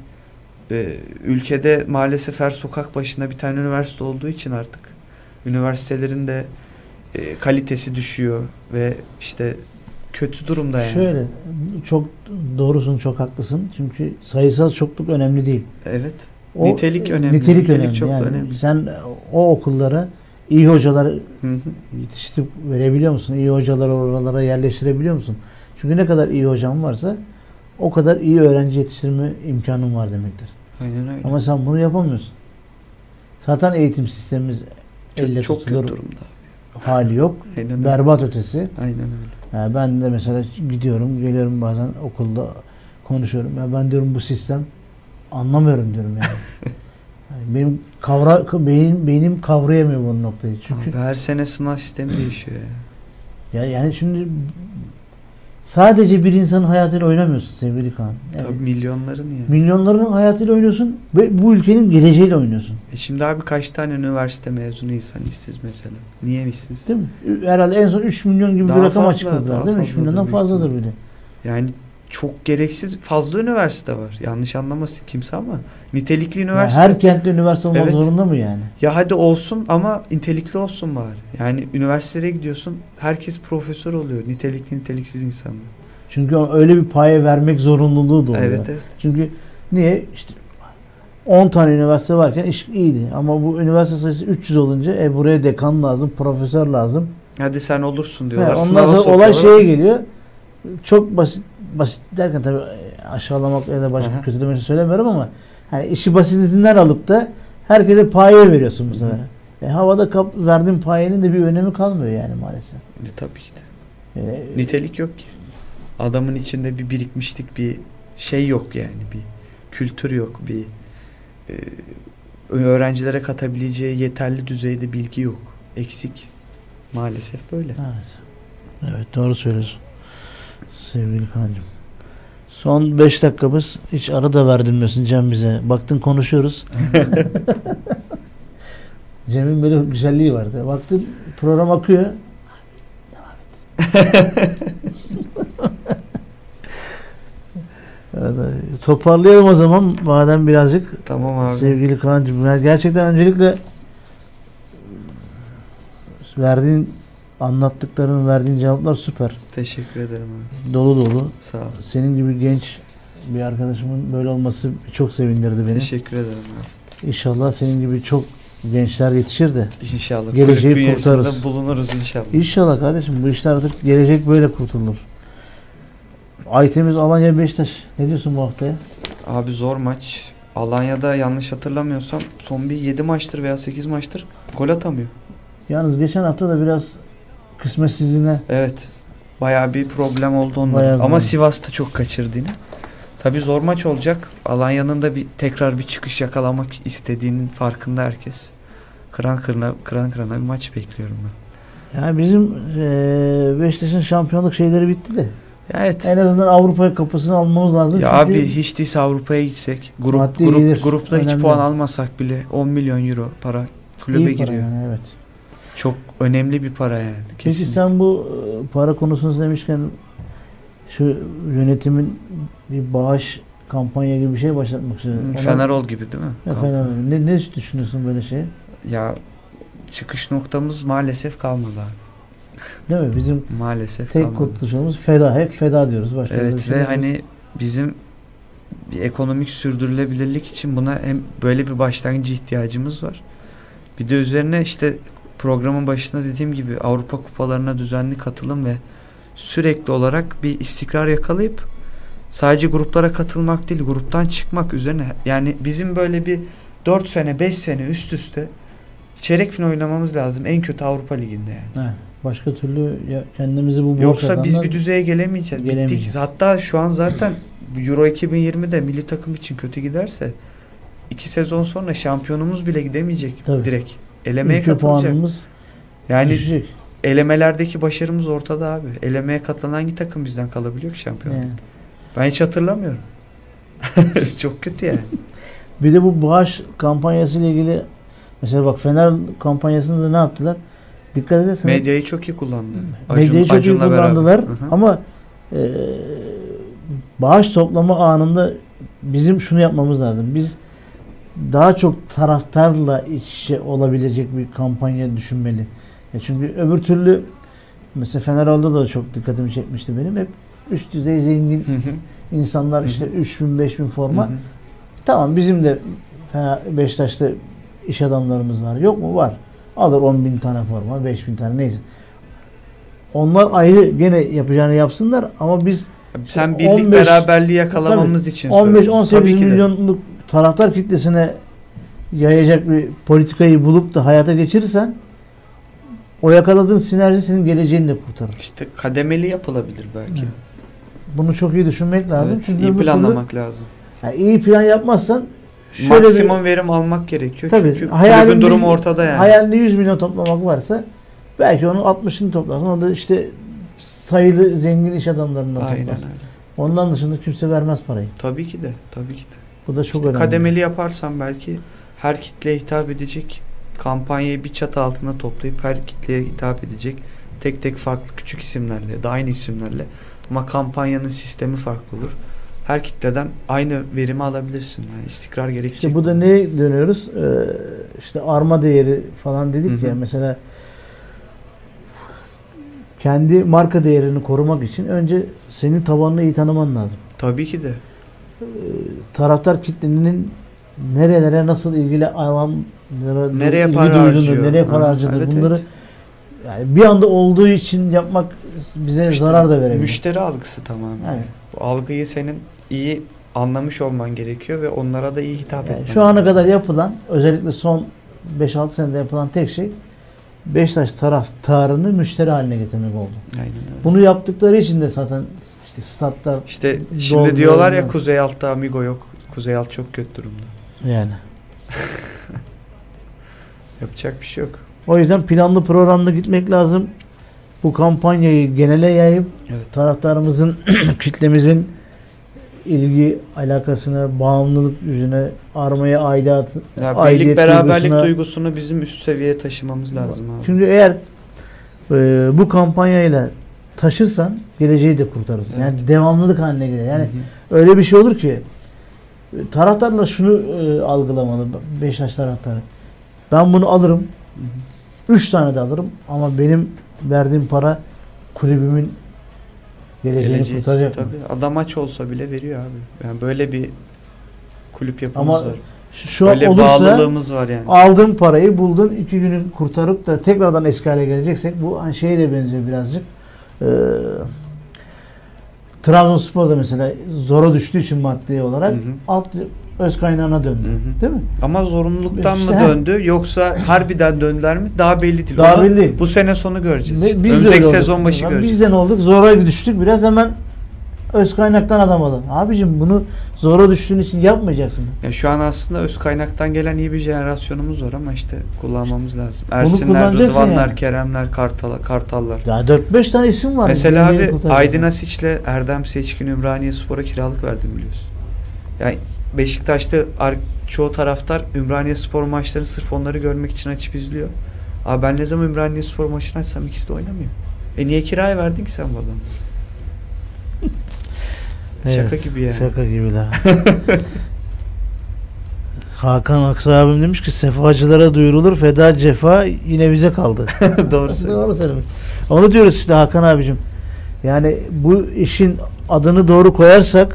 ülkede maalesef her sokak başında bir tane üniversite olduğu için artık üniversitelerin de kalitesi düşüyor ve işte kötü durumda yani. Şöyle, çok doğrusun, çok haklısın. Çünkü sayısal çokluk önemli değil. Evet. O, Nitelik önemli. Nitelik önemli. çok Yani önemli. sen o okullara iyi hocalar Hı hı. yetiştirip verebiliyor musun? İyi hocaları oralara yerleştirebiliyor musun? Çünkü ne kadar iyi hocam varsa o kadar iyi öğrenci yetiştirme imkanın var demektir. Aynen öyle. Ama sen bunu yapamıyorsun. Zaten eğitim sistemimiz elle çok kötü tutulur durumda. hali yok. Aynen öyle. Berbat ötesi. Aynen öyle. Yani ben de mesela gidiyorum, geliyorum bazen okulda konuşuyorum. Ya ben diyorum bu sistem anlamıyorum diyorum yani. Yani beynim kavrayamıyor bu noktayı. Çünkü Abi her sene sınav sistemi değişiyor ya. yani şimdi sadece bir insanın hayatıyla oynamıyorsun sevgili Kaan. Yani Tabii milyonların ya. milyonların hayatıyla oynuyorsun ve bu ülkenin geleceğiyle oynuyorsun. Şimdi abi kaç tane üniversite mezunu insan işsiz mesela? Niye işsiz? Değil mi? Herhalde en son 3 milyon gibi Daha bir rakam fazla, açıkladılar daha değil mi? 3 fazladır milyondan büyük fazladır ihtimal. bile. Yani çok gereksiz fazla üniversite var. Yanlış anlamasın kimse ama nitelikli Yani üniversite. her kentte üniversite olmak Evet. zorunda mı yani? Ya hadi olsun ama nitelikli olsun bari. Yani üniversiteye gidiyorsun herkes profesör oluyor. Nitelikli niteliksiz insanlar. Çünkü öyle bir paye vermek zorunluluğu da oluyor. Evet evet. Çünkü niye? İşte 10 tane üniversite varken iş iyiydi. Ama bu üniversite sayısı 300 olunca buraya dekan lazım, profesör lazım. Hadi sen olursun diyorlar. Ondan Sınava sonra olay sokuyorlar. şeye geliyor. Çok basit derken tabii aşağılamak ya da başka Aha. kötülemek için söylemiyorum ama hani işi basitinden alıp da herkese paye veriyorsun bu sefer. Havada verdiğin payenin de bir önemi kalmıyor yani maalesef. Tabii ki de. Nitelik yok ki. Adamın içinde bir birikmişlik, bir şey yok yani. Bir kültür yok. Bir öğrencilere katabileceği yeterli düzeyde bilgi yok. Eksik. Maalesef böyle. Evet doğru söylüyorsun. Sevgili Kaan'cığım. Son 5 dakikamız. Hiç ara da verdirmiyorsun Cem bize. Baktın konuşuyoruz. Cem'in böyle güzelliği vardı. Baktın program akıyor. Devam et. Evet, toparlayalım o zaman madem birazcık. Tamam abi. Sevgili Kaan'cığım. Yani gerçekten öncelikle anlattıkların, verdiğin cevaplar süper. Teşekkür ederim abi. Dolu dolu. Sağ ol. Senin gibi genç bir arkadaşımın böyle olması çok sevindirdi beni. Teşekkür ederim abi. İnşallah senin gibi çok gençler yetişir de. İnşallah. Geleceği Kulüp bünyesinde kurtarırız. bulunuruz inşallah. İnşallah kardeşim bu işler artık gelecek böyle kurtulur. Aytemiz Alanya Beşiktaş. Ne diyorsun bu haftaya? Abi zor maç. Alanya'da yanlış hatırlamıyorsam son bir 7 maçtır veya 8 maçtır gol atamıyor. Yalnız geçen hafta da biraz kısmetsizliğine Evet. Bayağı bir problem oldu onların. Bayağı Ama bir- Sivas'ta çok kaçırdı yine. Tabii zor maç olacak. Alanya'nın da tekrar bir çıkış yakalamak istediğinin farkında herkes. Kıran kırana bir maç bekliyorum ben. yani bizim Beşiktaş'ın şampiyonluk şeyleri bitti de. Evet. En azından Avrupa'ya kapısını almamız lazım. Ya Çünkü abi hiç değilse Avrupa'ya gitsek, Maddi gelir grupta hiç önemli. puan almasak bile 10 milyon euro para kulübe İyi para giriyor. yani, evet. Çok önemli bir para yani. Peki Kesinlikle. sen bu para konusunu demişken şu yönetimin bir bağış kampanya gibi bir şey başlatmak istiyor. Fenerol gibi değil mi? Ne düşünüyorsun böyle şey? Ya çıkış noktamız maalesef kalmadı abi. Değil mi? Bizim Maalesef tek kalmadı. kurtuluşumuz feda. Hep feda diyoruz. Başka bir Evet şey ve yok. hani bizim bir ekonomik sürdürülebilirlik için buna hem böyle bir başlangıcı ihtiyacımız var. Bir de üzerine işte programın başında dediğim gibi Avrupa kupalarına düzenli katılım ve sürekli olarak bir istikrar yakalayıp sadece gruplara katılmak değil, gruptan çıkmak üzerine. Yani bizim böyle bir 4 sene 5 sene üst üste çeyrek final oynamamız lazım en kötü Avrupa Ligi'nde yani. He, başka türlü kendimizi bu Yoksa biz bir düzeye gelemeyeceğiz. Bittik. Hatta şu an zaten Euro 2020'de milli takım için kötü giderse 2 sezon sonra şampiyonumuz bile gidemeyecek. Tabii. Direkt. Elemeye ülke katılacak. puanımız Yani düşecek. elemelerdeki başarımız ortada abi. Elemeye katılan hangi takım bizden kalabiliyor ki şampiyon? Yani. Ben hiç hatırlamıyorum. Çok kötü yani. Bir de bu bağış kampanyası ile ilgili mesela bak Fener kampanyasında ne yaptılar? Dikkat edersen Medyayı çok iyi kullandı. medyayı çok iyi Acun'la kullandılar beraber. Hı hı. ama bağış toplama anında bizim şunu yapmamız lazım. Biz daha çok taraftarla iç içe olabilecek bir kampanya düşünmeli. Çünkü öbür türlü mesela Fenerol'da da çok dikkatimi çekmişti benim. Hep üst düzey zengin Hı hı. insanlar Hı hı. işte 3000 5000 forma. Hı hı. Tamam bizim de Beşiktaş'ta iş adamlarımız var. Yok mu? Var. Alır 10.000 tane forma, 5.000 tane neyse. Onlar ayrı gene yapacağını yapsınlar ama biz Sen birlik 15 beraberliği yakalamamız için söylüyorsun. 15-18 Tabii ki de. milyonluk taraftar kitlesine yayacak bir politikayı bulup da hayata geçirirsen o yakaladığın sinerji senin geleceğini de kurtarır. İşte kademeli yapılabilir belki. Bunu çok iyi düşünmek lazım. Evet, Çünkü iyi öbür türlü- planlamak lazım. yani iyi plan yapmazsan şöyle Maksimum verim almak gerekiyor. Tabii, Çünkü hayalinde- kulübün durumu ortada yani. hayalinde 100 milyon toplamak varsa belki onun 60'ını toplarsın. O da işte sayılı zengin iş adamlarından Aynen toplarsın. öyle. Ondan dışında kimse vermez parayı. Tabii ki de. Tabii ki de. Bu da çok İşte önemli. kademeli yaparsan belki her kitleye hitap edecek kampanyayı bir çatı altında toplayıp her kitleye hitap edecek tek tek farklı küçük isimlerle, da aynı isimlerle ama kampanyanın sistemi farklı olur. Her kitleden aynı verimi alabilirsin. Yani istikrar gerekecek. İşte bu da neye dönüyoruz? İşte arma değeri falan dedik Hı hı. ya mesela kendi marka değerini korumak için önce senin tabanını iyi tanıman lazım. Tabii ki de. Taraftar kitlenin nerelere nasıl ilgili alanlara Nereye ilgi para duyduğunu, harcıyor? nereye para Aha, harcadığını evet, bunları evet. yani bir anda olduğu için yapmak bize İşte zarar da verebilir. Müşteri algısı tamamen. Yani. Bu algıyı senin iyi anlamış olman gerekiyor ve onlara da iyi hitap Yani etmen şu ana kadar yapılan özellikle son 5-6 senede yapılan tek şey Beşiktaş taraftarını müşteri haline getirmek oldu. Aynen öyle. Bunu yaptıkları için de zaten işte statlar İşte dolmuyor, şimdi diyorlar ya dolmuyor. Kuzey Alt'ta Amigo yok. Kuzey Alt çok kötü durumda. yani. Yapacak bir şey yok. O yüzden planlı programlı gitmek lazım. Bu kampanyayı genele yayıp Evet. taraftarımızın, kitlemizin ilgi alakasına, bağımlılık yüzüne, armaya Ya birlik aidiyet beraberlik duygusuna- duygusunu bizim üst seviyeye taşımamız lazım abi. Çünkü eğer bu kampanyayla taşırsan geleceği de kurtarırsın. Yani Evet. devamlılık haline gelir. Yani Hı hı. öyle bir şey olur ki taraftarlar şunu algılamalı. Beşiktaş taraftarı. Ben bunu alırım. Hı hı. 3 tane de alırım ama benim verdiğim para kulübümün geleceğini Geleceği, kurtaracak mı? tabii. Adam aç olsa bile veriyor abi. Yani böyle bir kulüp yapımız Ama var. Şu Böyle olursa bağlılığımız var yani. aldığın parayı buldun 2 günü kurtarıp da tekrardan eski hale geleceksek bu hani şeye de benziyor birazcık. Trabzonspor'da mesela zora düştüğü için maddi olarak Hı hı. alt öz kaynağına döndü. Hı hı. Değil mi? Ama zorunluluktan İşte, mı he. döndü yoksa harbiden döndüler mi? Daha belli değil. Daha Onu belli değil. bu sene sonu göreceğiz. Ve işte. biz de Önümüzdeki öyle olduk. sezon başı Yani göreceğiz. Biz de ne olduk? Zora düştük biraz hemen öz kaynaktan adam alın. Abicim bunu zora düştüğün için yapmayacaksın. Ya şu an aslında öz kaynaktan gelen iyi bir jenerasyonumuz var ama işte kullanmamız lazım. Ersinler, kullanacaksın Rıdvanlar, yani. Keremler, Kartallar. Ya 4-5 tane isim var. Mesela Geleceği abi kurtaracak. Aydın Asiç'le Erdem Seçkin Ümraniye Spor'a kiralık verdim biliyorsun. Yani Beşiktaş'ta çoğu taraftar Ümraniye Spor maçlarını sırf onları görmek için açıp izliyor. Abi ben ne zaman Ümraniye Spor maçını açsam ikisi de oynamıyor. Niye kiraya verdin ki sen bu adamı? Evet, Şaka gibi yani. Şaka gibiler. Hakan Aksoy abim demiş ki sefacılara duyurulur, feda cefa yine bize kaldı. Doğru söylüyorsun. Doğru söylemiş. Onu diyoruz işte Hakan abicim. Yani bu işin adını doğru koyarsak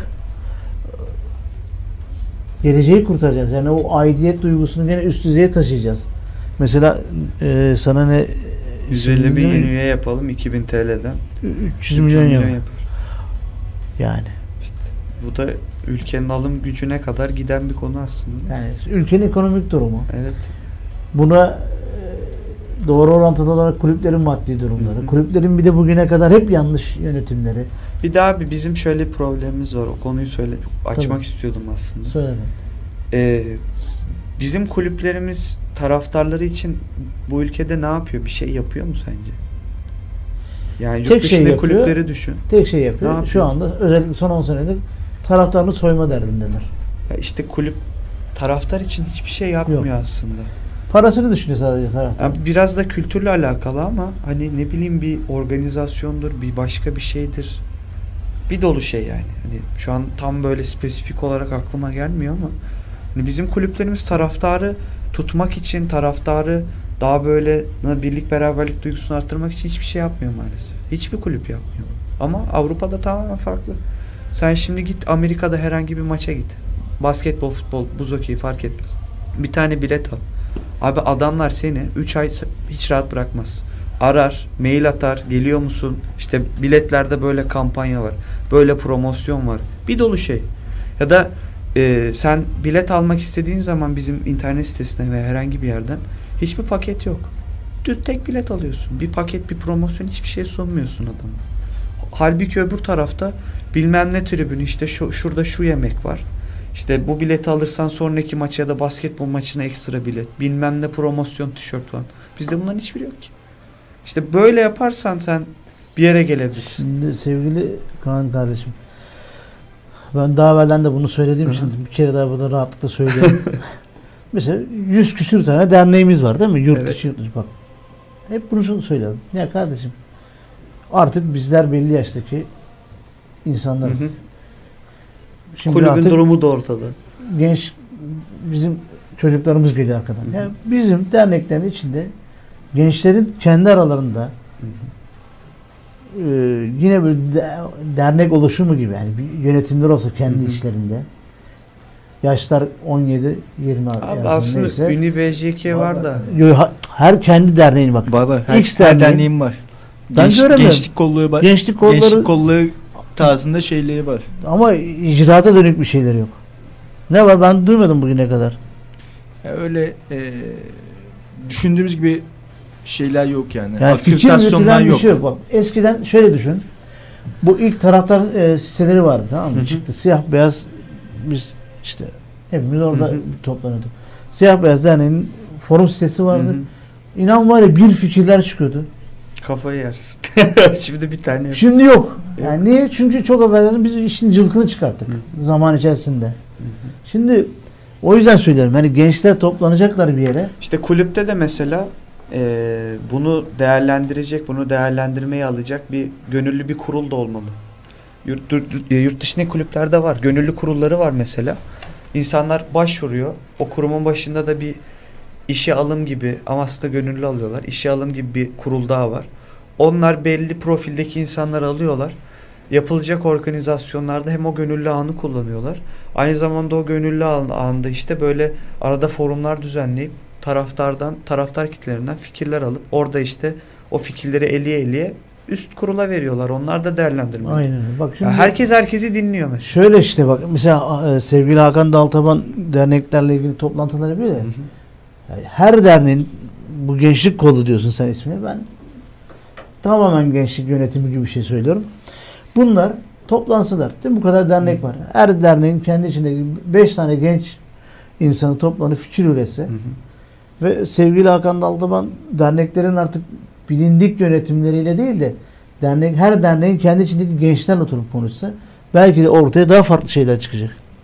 geleceği kurtaracağız. Yani o aidiyet duygusunu yine üst düzeye taşıyacağız. Mesela sana ne 150 bin yeni üye yapalım 2000 TL'den. 300 milyon yapar. Yani. İşte bu da ülkenin alım gücüne kadar giden bir konu aslında. Yani ülkenin ekonomik durumu. Evet. Buna doğru orantılı olarak kulüplerin maddi durumları. Hı. Kulüplerin bir de bugüne kadar hep yanlış yönetimleri. Bir daha bizim şöyle bir problemimiz var. O konuyu açmak Tabii. istiyordum aslında. Söyleme. Bizim kulüplerimiz taraftarları için bu ülkede ne yapıyor? Bir şey yapıyor mu sence? Yani yurt Tek şey dışında yapıyor. kulüpleri düşün. Tek şey Ne yapıyor. yapıyor? Şu anda özellikle son 10 senedir taraftarını soyma derdindeler. Ya işte kulüp taraftar için hiçbir şey yapmıyor aslında. Parasını düşünüyor sadece taraftar. Yani biraz da kültürle alakalı ama hani ne bileyim bir organizasyondur, bir başka bir şeydir. Bir dolu şey yani. Hani şu an tam böyle spesifik olarak aklıma gelmiyor ama hani bizim kulüplerimiz taraftarı tutmak için, taraftarı daha böyle birlik beraberlik duygusunu arttırmak için hiçbir şey yapmıyor maalesef. Hiçbir kulüp yapmıyor. Ama Avrupa'da tamamen farklı. Sen şimdi git Amerika'da herhangi bir maça git. Basketbol, futbol, buz hokeyi fark etmez. Bir tane bilet al. Abi adamlar seni 3 ay hiç rahat bırakmaz. Arar, mail atar, geliyor musun? İşte biletlerde böyle kampanya var. Böyle promosyon var. Bir dolu şey. Ya da sen bilet almak istediğin zaman bizim internet sitesinden veya herhangi bir yerden hiçbir paket yok. Düz tek bilet alıyorsun. Bir paket, bir promosyon, hiçbir şey sunmuyorsun adama. Halbuki öbür tarafta bilmem ne tribünü, işte şurada şu yemek var. İşte bu bileti alırsan sonraki maça ya da basketbol maçına ekstra bilet. Bilmem ne promosyon tişört falan. Bizde bunların hiçbiri yok ki. İşte böyle yaparsan sen bir yere gelebilirsin. Şimdi sevgili Kaan kardeşim, ben daha evvelden de bunu söylediğim için bir kere daha burada rahatlıkla söylüyorum. Mesela 100 küsür tane derneğimiz var değil mi? Yurt dışı, yurt dışı bak. Hep bunu söylüyorum. Ya kardeşim, artık bizler belli yaştaki insanlarız. Şimdi kulübün durumu da ortada. Genç bizim çocuklarımız geliyor arkadan. Yani bizim derneklerin içinde gençlerin kendi aralarında yine böyle dernek oluşumu gibi, yani bir yönetimler olsa kendi işlerinde. Yaşlar 17 20 Abi aslında neyse. Ünlü BJK var da. Her kendi derneğine bak. Var. X Her derneği. derneğim var. Ben göremiyorum. Gençlik kolluğu var. Gençlik kolları Gençlik kolluğu tarzında şeyleri var. ama icraata dönük bir şeyleri yok. Ne var? Ben duymadım bugüne kadar. Ya öyle düşündüğümüz gibi şeyler yok yani. Yani fikir Akreditasyonlar üretilen bir yok. şey yok. Bak, eskiden şöyle düşün. Bu ilk taraftar siteleri vardı, tamam mı? Çıktı siyah beyaz, biz işte hepimiz orada toplanıyorduk. Siyah beyaz derneğinin forum sitesi vardı. İnan var ya, bir fikirler çıkıyordu. Kafayı yersin. Şimdi bir tane yok. Şimdi yok. Yani niye? Çünkü çok affedersin, biz işin cılkını çıkarttık zaman içerisinde. Şimdi o yüzden söylüyorum. Hani gençler toplanacaklar bir yere. İşte kulüpte de mesela bunu değerlendirecek, bunu değerlendirmeye alacak bir gönüllü bir kurul da olmalı. Yurt dışındaki kulüplerde var. Gönüllü kurulları var mesela. İnsanlar başvuruyor. O kurumun başında da bir işe alım gibi, ama aslında gönüllü alıyorlar. İşe alım gibi bir kurul daha var. Onlar belli profildeki insanları alıyorlar. Yapılacak organizasyonlarda hem o gönüllü ağını kullanıyorlar. Aynı zamanda o gönüllü ağında işte böyle arada forumlar düzenleyip taraftar kitlerinden fikirler alıp orada işte o fikirleri eliye üst kurula veriyorlar. Onlar da değerlendirme. Aynen öyle. Bak şimdi Herkes herkesi dinliyor mesela. şöyle işte bak, mesela sevgili Hakan Daltaban derneklerle ilgili toplantılar yapıyor ya. Yani her derneğin, bu gençlik kolu diyorsun sen ismini, ben tamamen gençlik yönetimi gibi bir şey söylüyorum. Bunlar toplansılar. Değil mi? Bu kadar dernek var. Her derneğin kendi içinde 5 tane genç insanı toplanıp fikir üretse ve sevgili Hakan Daltaban derneklerin artık bilindik yönetimleriyle değil de her derneğin kendi içindeki gençlerle oturup konuşsa belki de ortaya daha farklı şeyler çıkacak.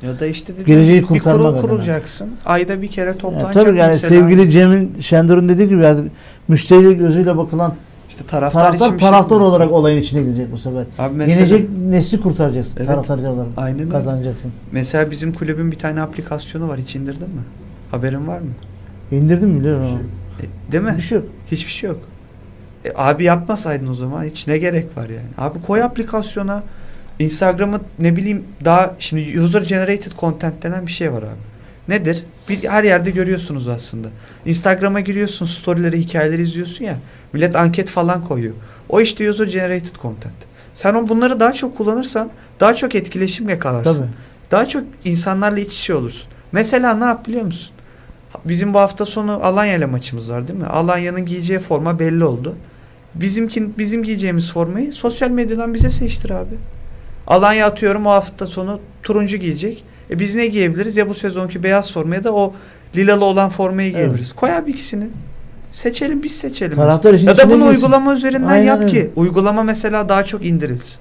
Ya da işte geleceği bir kurtarmak kurul adına. kuracaksın. Ayda bir kere Ya toplanacak tabii yani mesela. sevgili Cem'in Şendor'un dediği gibi yani müşteri gözüyle bakılan İşte taraftar için bir şey taraftar mi? olarak olayın içine girecek bu sefer. Abi mesela, Gelecek nesli kurtaracaksın. Evet. Taraftarcı olarak aynen öyle. kazanacaksın. Mesela bizim kulübün bir tane aplikasyonu var. Hiç indirdin mi? Haberin var mı? İndirdim biliyorum ama. Değil mi? Bir şey yok. Hiçbir şey yok. Abi yapmasaydın o zaman hiç ne gerek var yani. Abi koy aplikasyona. Instagram'ı ne bileyim daha şimdi user generated content denen bir şey var abi. Nedir? Her yerde görüyorsunuz aslında. Instagram'a giriyorsun, storyleri, hikayeleri izliyorsun ya. Millet anket falan koyuyor. O işte user generated content. Sen bunları daha çok kullanırsan daha çok etkileşim yakalarsın. Tabii. Daha çok insanlarla iç içe olursun. Mesela ne yap biliyor musun? Bizim bu hafta sonu Alanya ile maçımız var değil mi? Alanya'nın giyeceği forma belli oldu. Bizim giyeceğimiz formayı sosyal medyadan bize seçtir abi. Alanya atıyorum o hafta sonu turuncu giyecek. Biz ne giyebiliriz? Ya bu sezonki beyaz formaya da o lilalı olan formayı giyebiliriz. Evet. Koy abi ikisini. Seçelim biz seçelim. Taraftar işin Ya da içine bunu girsin. uygulama üzerinden Aynen yap öyle. ki uygulama mesela daha çok indirilsin.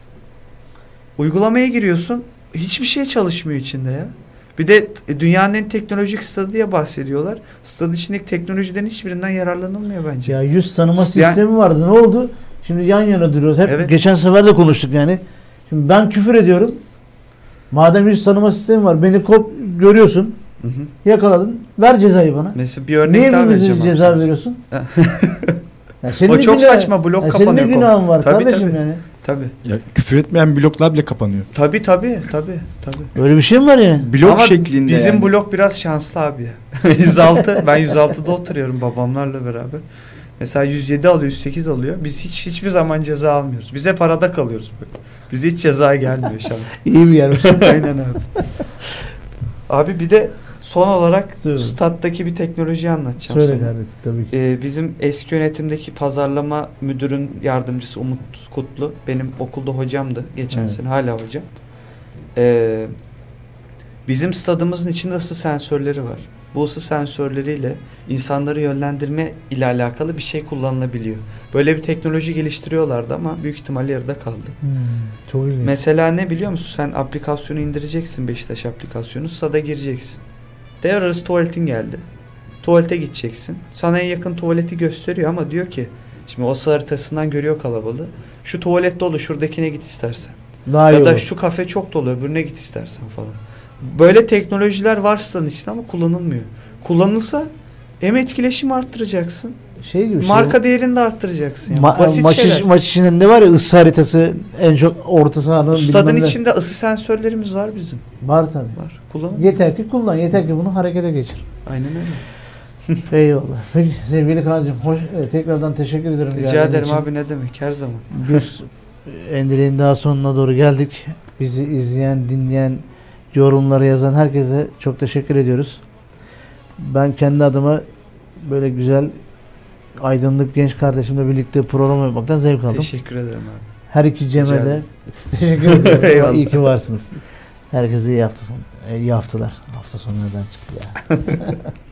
Uygulamaya giriyorsun. Hiçbir şey çalışmıyor içinde ya. Bir de dünyanın en teknolojik stadı diye bahsediyorlar. Stad içindeki teknolojiden hiçbirinden yararlanılmıyor bence. Ya yüz tanıma Yani- sistemi vardı. Ne oldu? Şimdi yan yana duruyoruz. Hep Evet. geçen sefer de konuştuk yani. Şimdi ben küfür ediyorum. Madem yüz tanıma sistemi var. Beni görüyorsun. Hı hı. Yakaladın. Ver cezayı bana. Mesela bir örnek Niye daha bize vereceğim. ceza abi sana. veriyorsun? Ha. Ya senin O de çok günah- saçma, blok ya senin de kapanıyor konu. günahın var Tabii, kardeşim tabii. yani. Tabii. Ya, küfür etmeyen bloklar bile kapanıyor. Tabii. Öyle bir şey mi var ya? Blok Ama şeklinde bizim yani. blok biraz şanslı abi ya. 106. Ben 106'da oturuyorum babamlarla beraber. Mesela 107 alıyor, 108 alıyor. Biz hiçbir zaman ceza almıyoruz. Biz hep arada kalıyoruz böyle. Bize hiç ceza gelmiyor şans. İyi bir yer. Aynen abi. Abi bir de son olarak Söyle. stat'taki bir teknolojiyi anlatacağım Söyle sana. kardeşim tabii ki. Bizim eski yönetimdeki pazarlama müdürün yardımcısı Umut Kutlu. Benim okulda hocamdı. Geçen Evet. sene hala hocam. Bizim stadımızın içinde ısı sensörleri var. Bu ısı sensörleriyle insanları yönlendirme ile alakalı bir şey kullanılabiliyor. Böyle bir teknoloji geliştiriyorlardı ama büyük ihtimalle yarıda kaldı. Çok ilginç. Mesela ne biliyor musun? Sen aplikasyonu indireceksin, Beşiktaş aplikasyonu. Stada gireceksin. Devre arası tuvaletin geldi. Tuvalete gideceksin. Sana en yakın tuvaleti gösteriyor ama diyor ki şimdi o haritasından görüyor kalabalığı. Şu tuvalet dolu, şuradakine git istersen. Daha iyi Ya da olur. şu kafe çok dolu, öbürüne git istersen falan. Böyle teknolojiler var stadın içinde ama kullanılmıyor. Kullanılsa hem etkileşimi arttıracaksın. Şey gibi Marka değerini de arttıracaksın. Yani. Ma- Basit maç, şeyler. maç içinde ne var ya ısı haritası en çok orta sahanın Stadın bilmem ne. içinde ısı sensörlerimiz var bizim. Var tabii. Var. Kullanın. Yeter ki kullan. Yeter ki bunu harekete geçir. Aynen öyle. Eyvallah. Peki sevgili Kaan'cığım tekrardan teşekkür ederim. Rica geldiğin ederim için. abi ne demek her zaman. Bir Endire'nin daha sonuna doğru geldik. Bizi izleyen, dinleyen, yorumları yazan herkese çok teşekkür ediyoruz. Ben kendi adıma böyle güzel aydınlık genç kardeşimle birlikte program yapmaktan zevk aldım. Teşekkür ederim abi. Her iki Rica Cem'e de ederim. teşekkür ederim. Eyvallah. İyi ki varsınız. Herkese iyi hafta sonu. İyi haftalar. Hafta sonu nereden çıktı ya?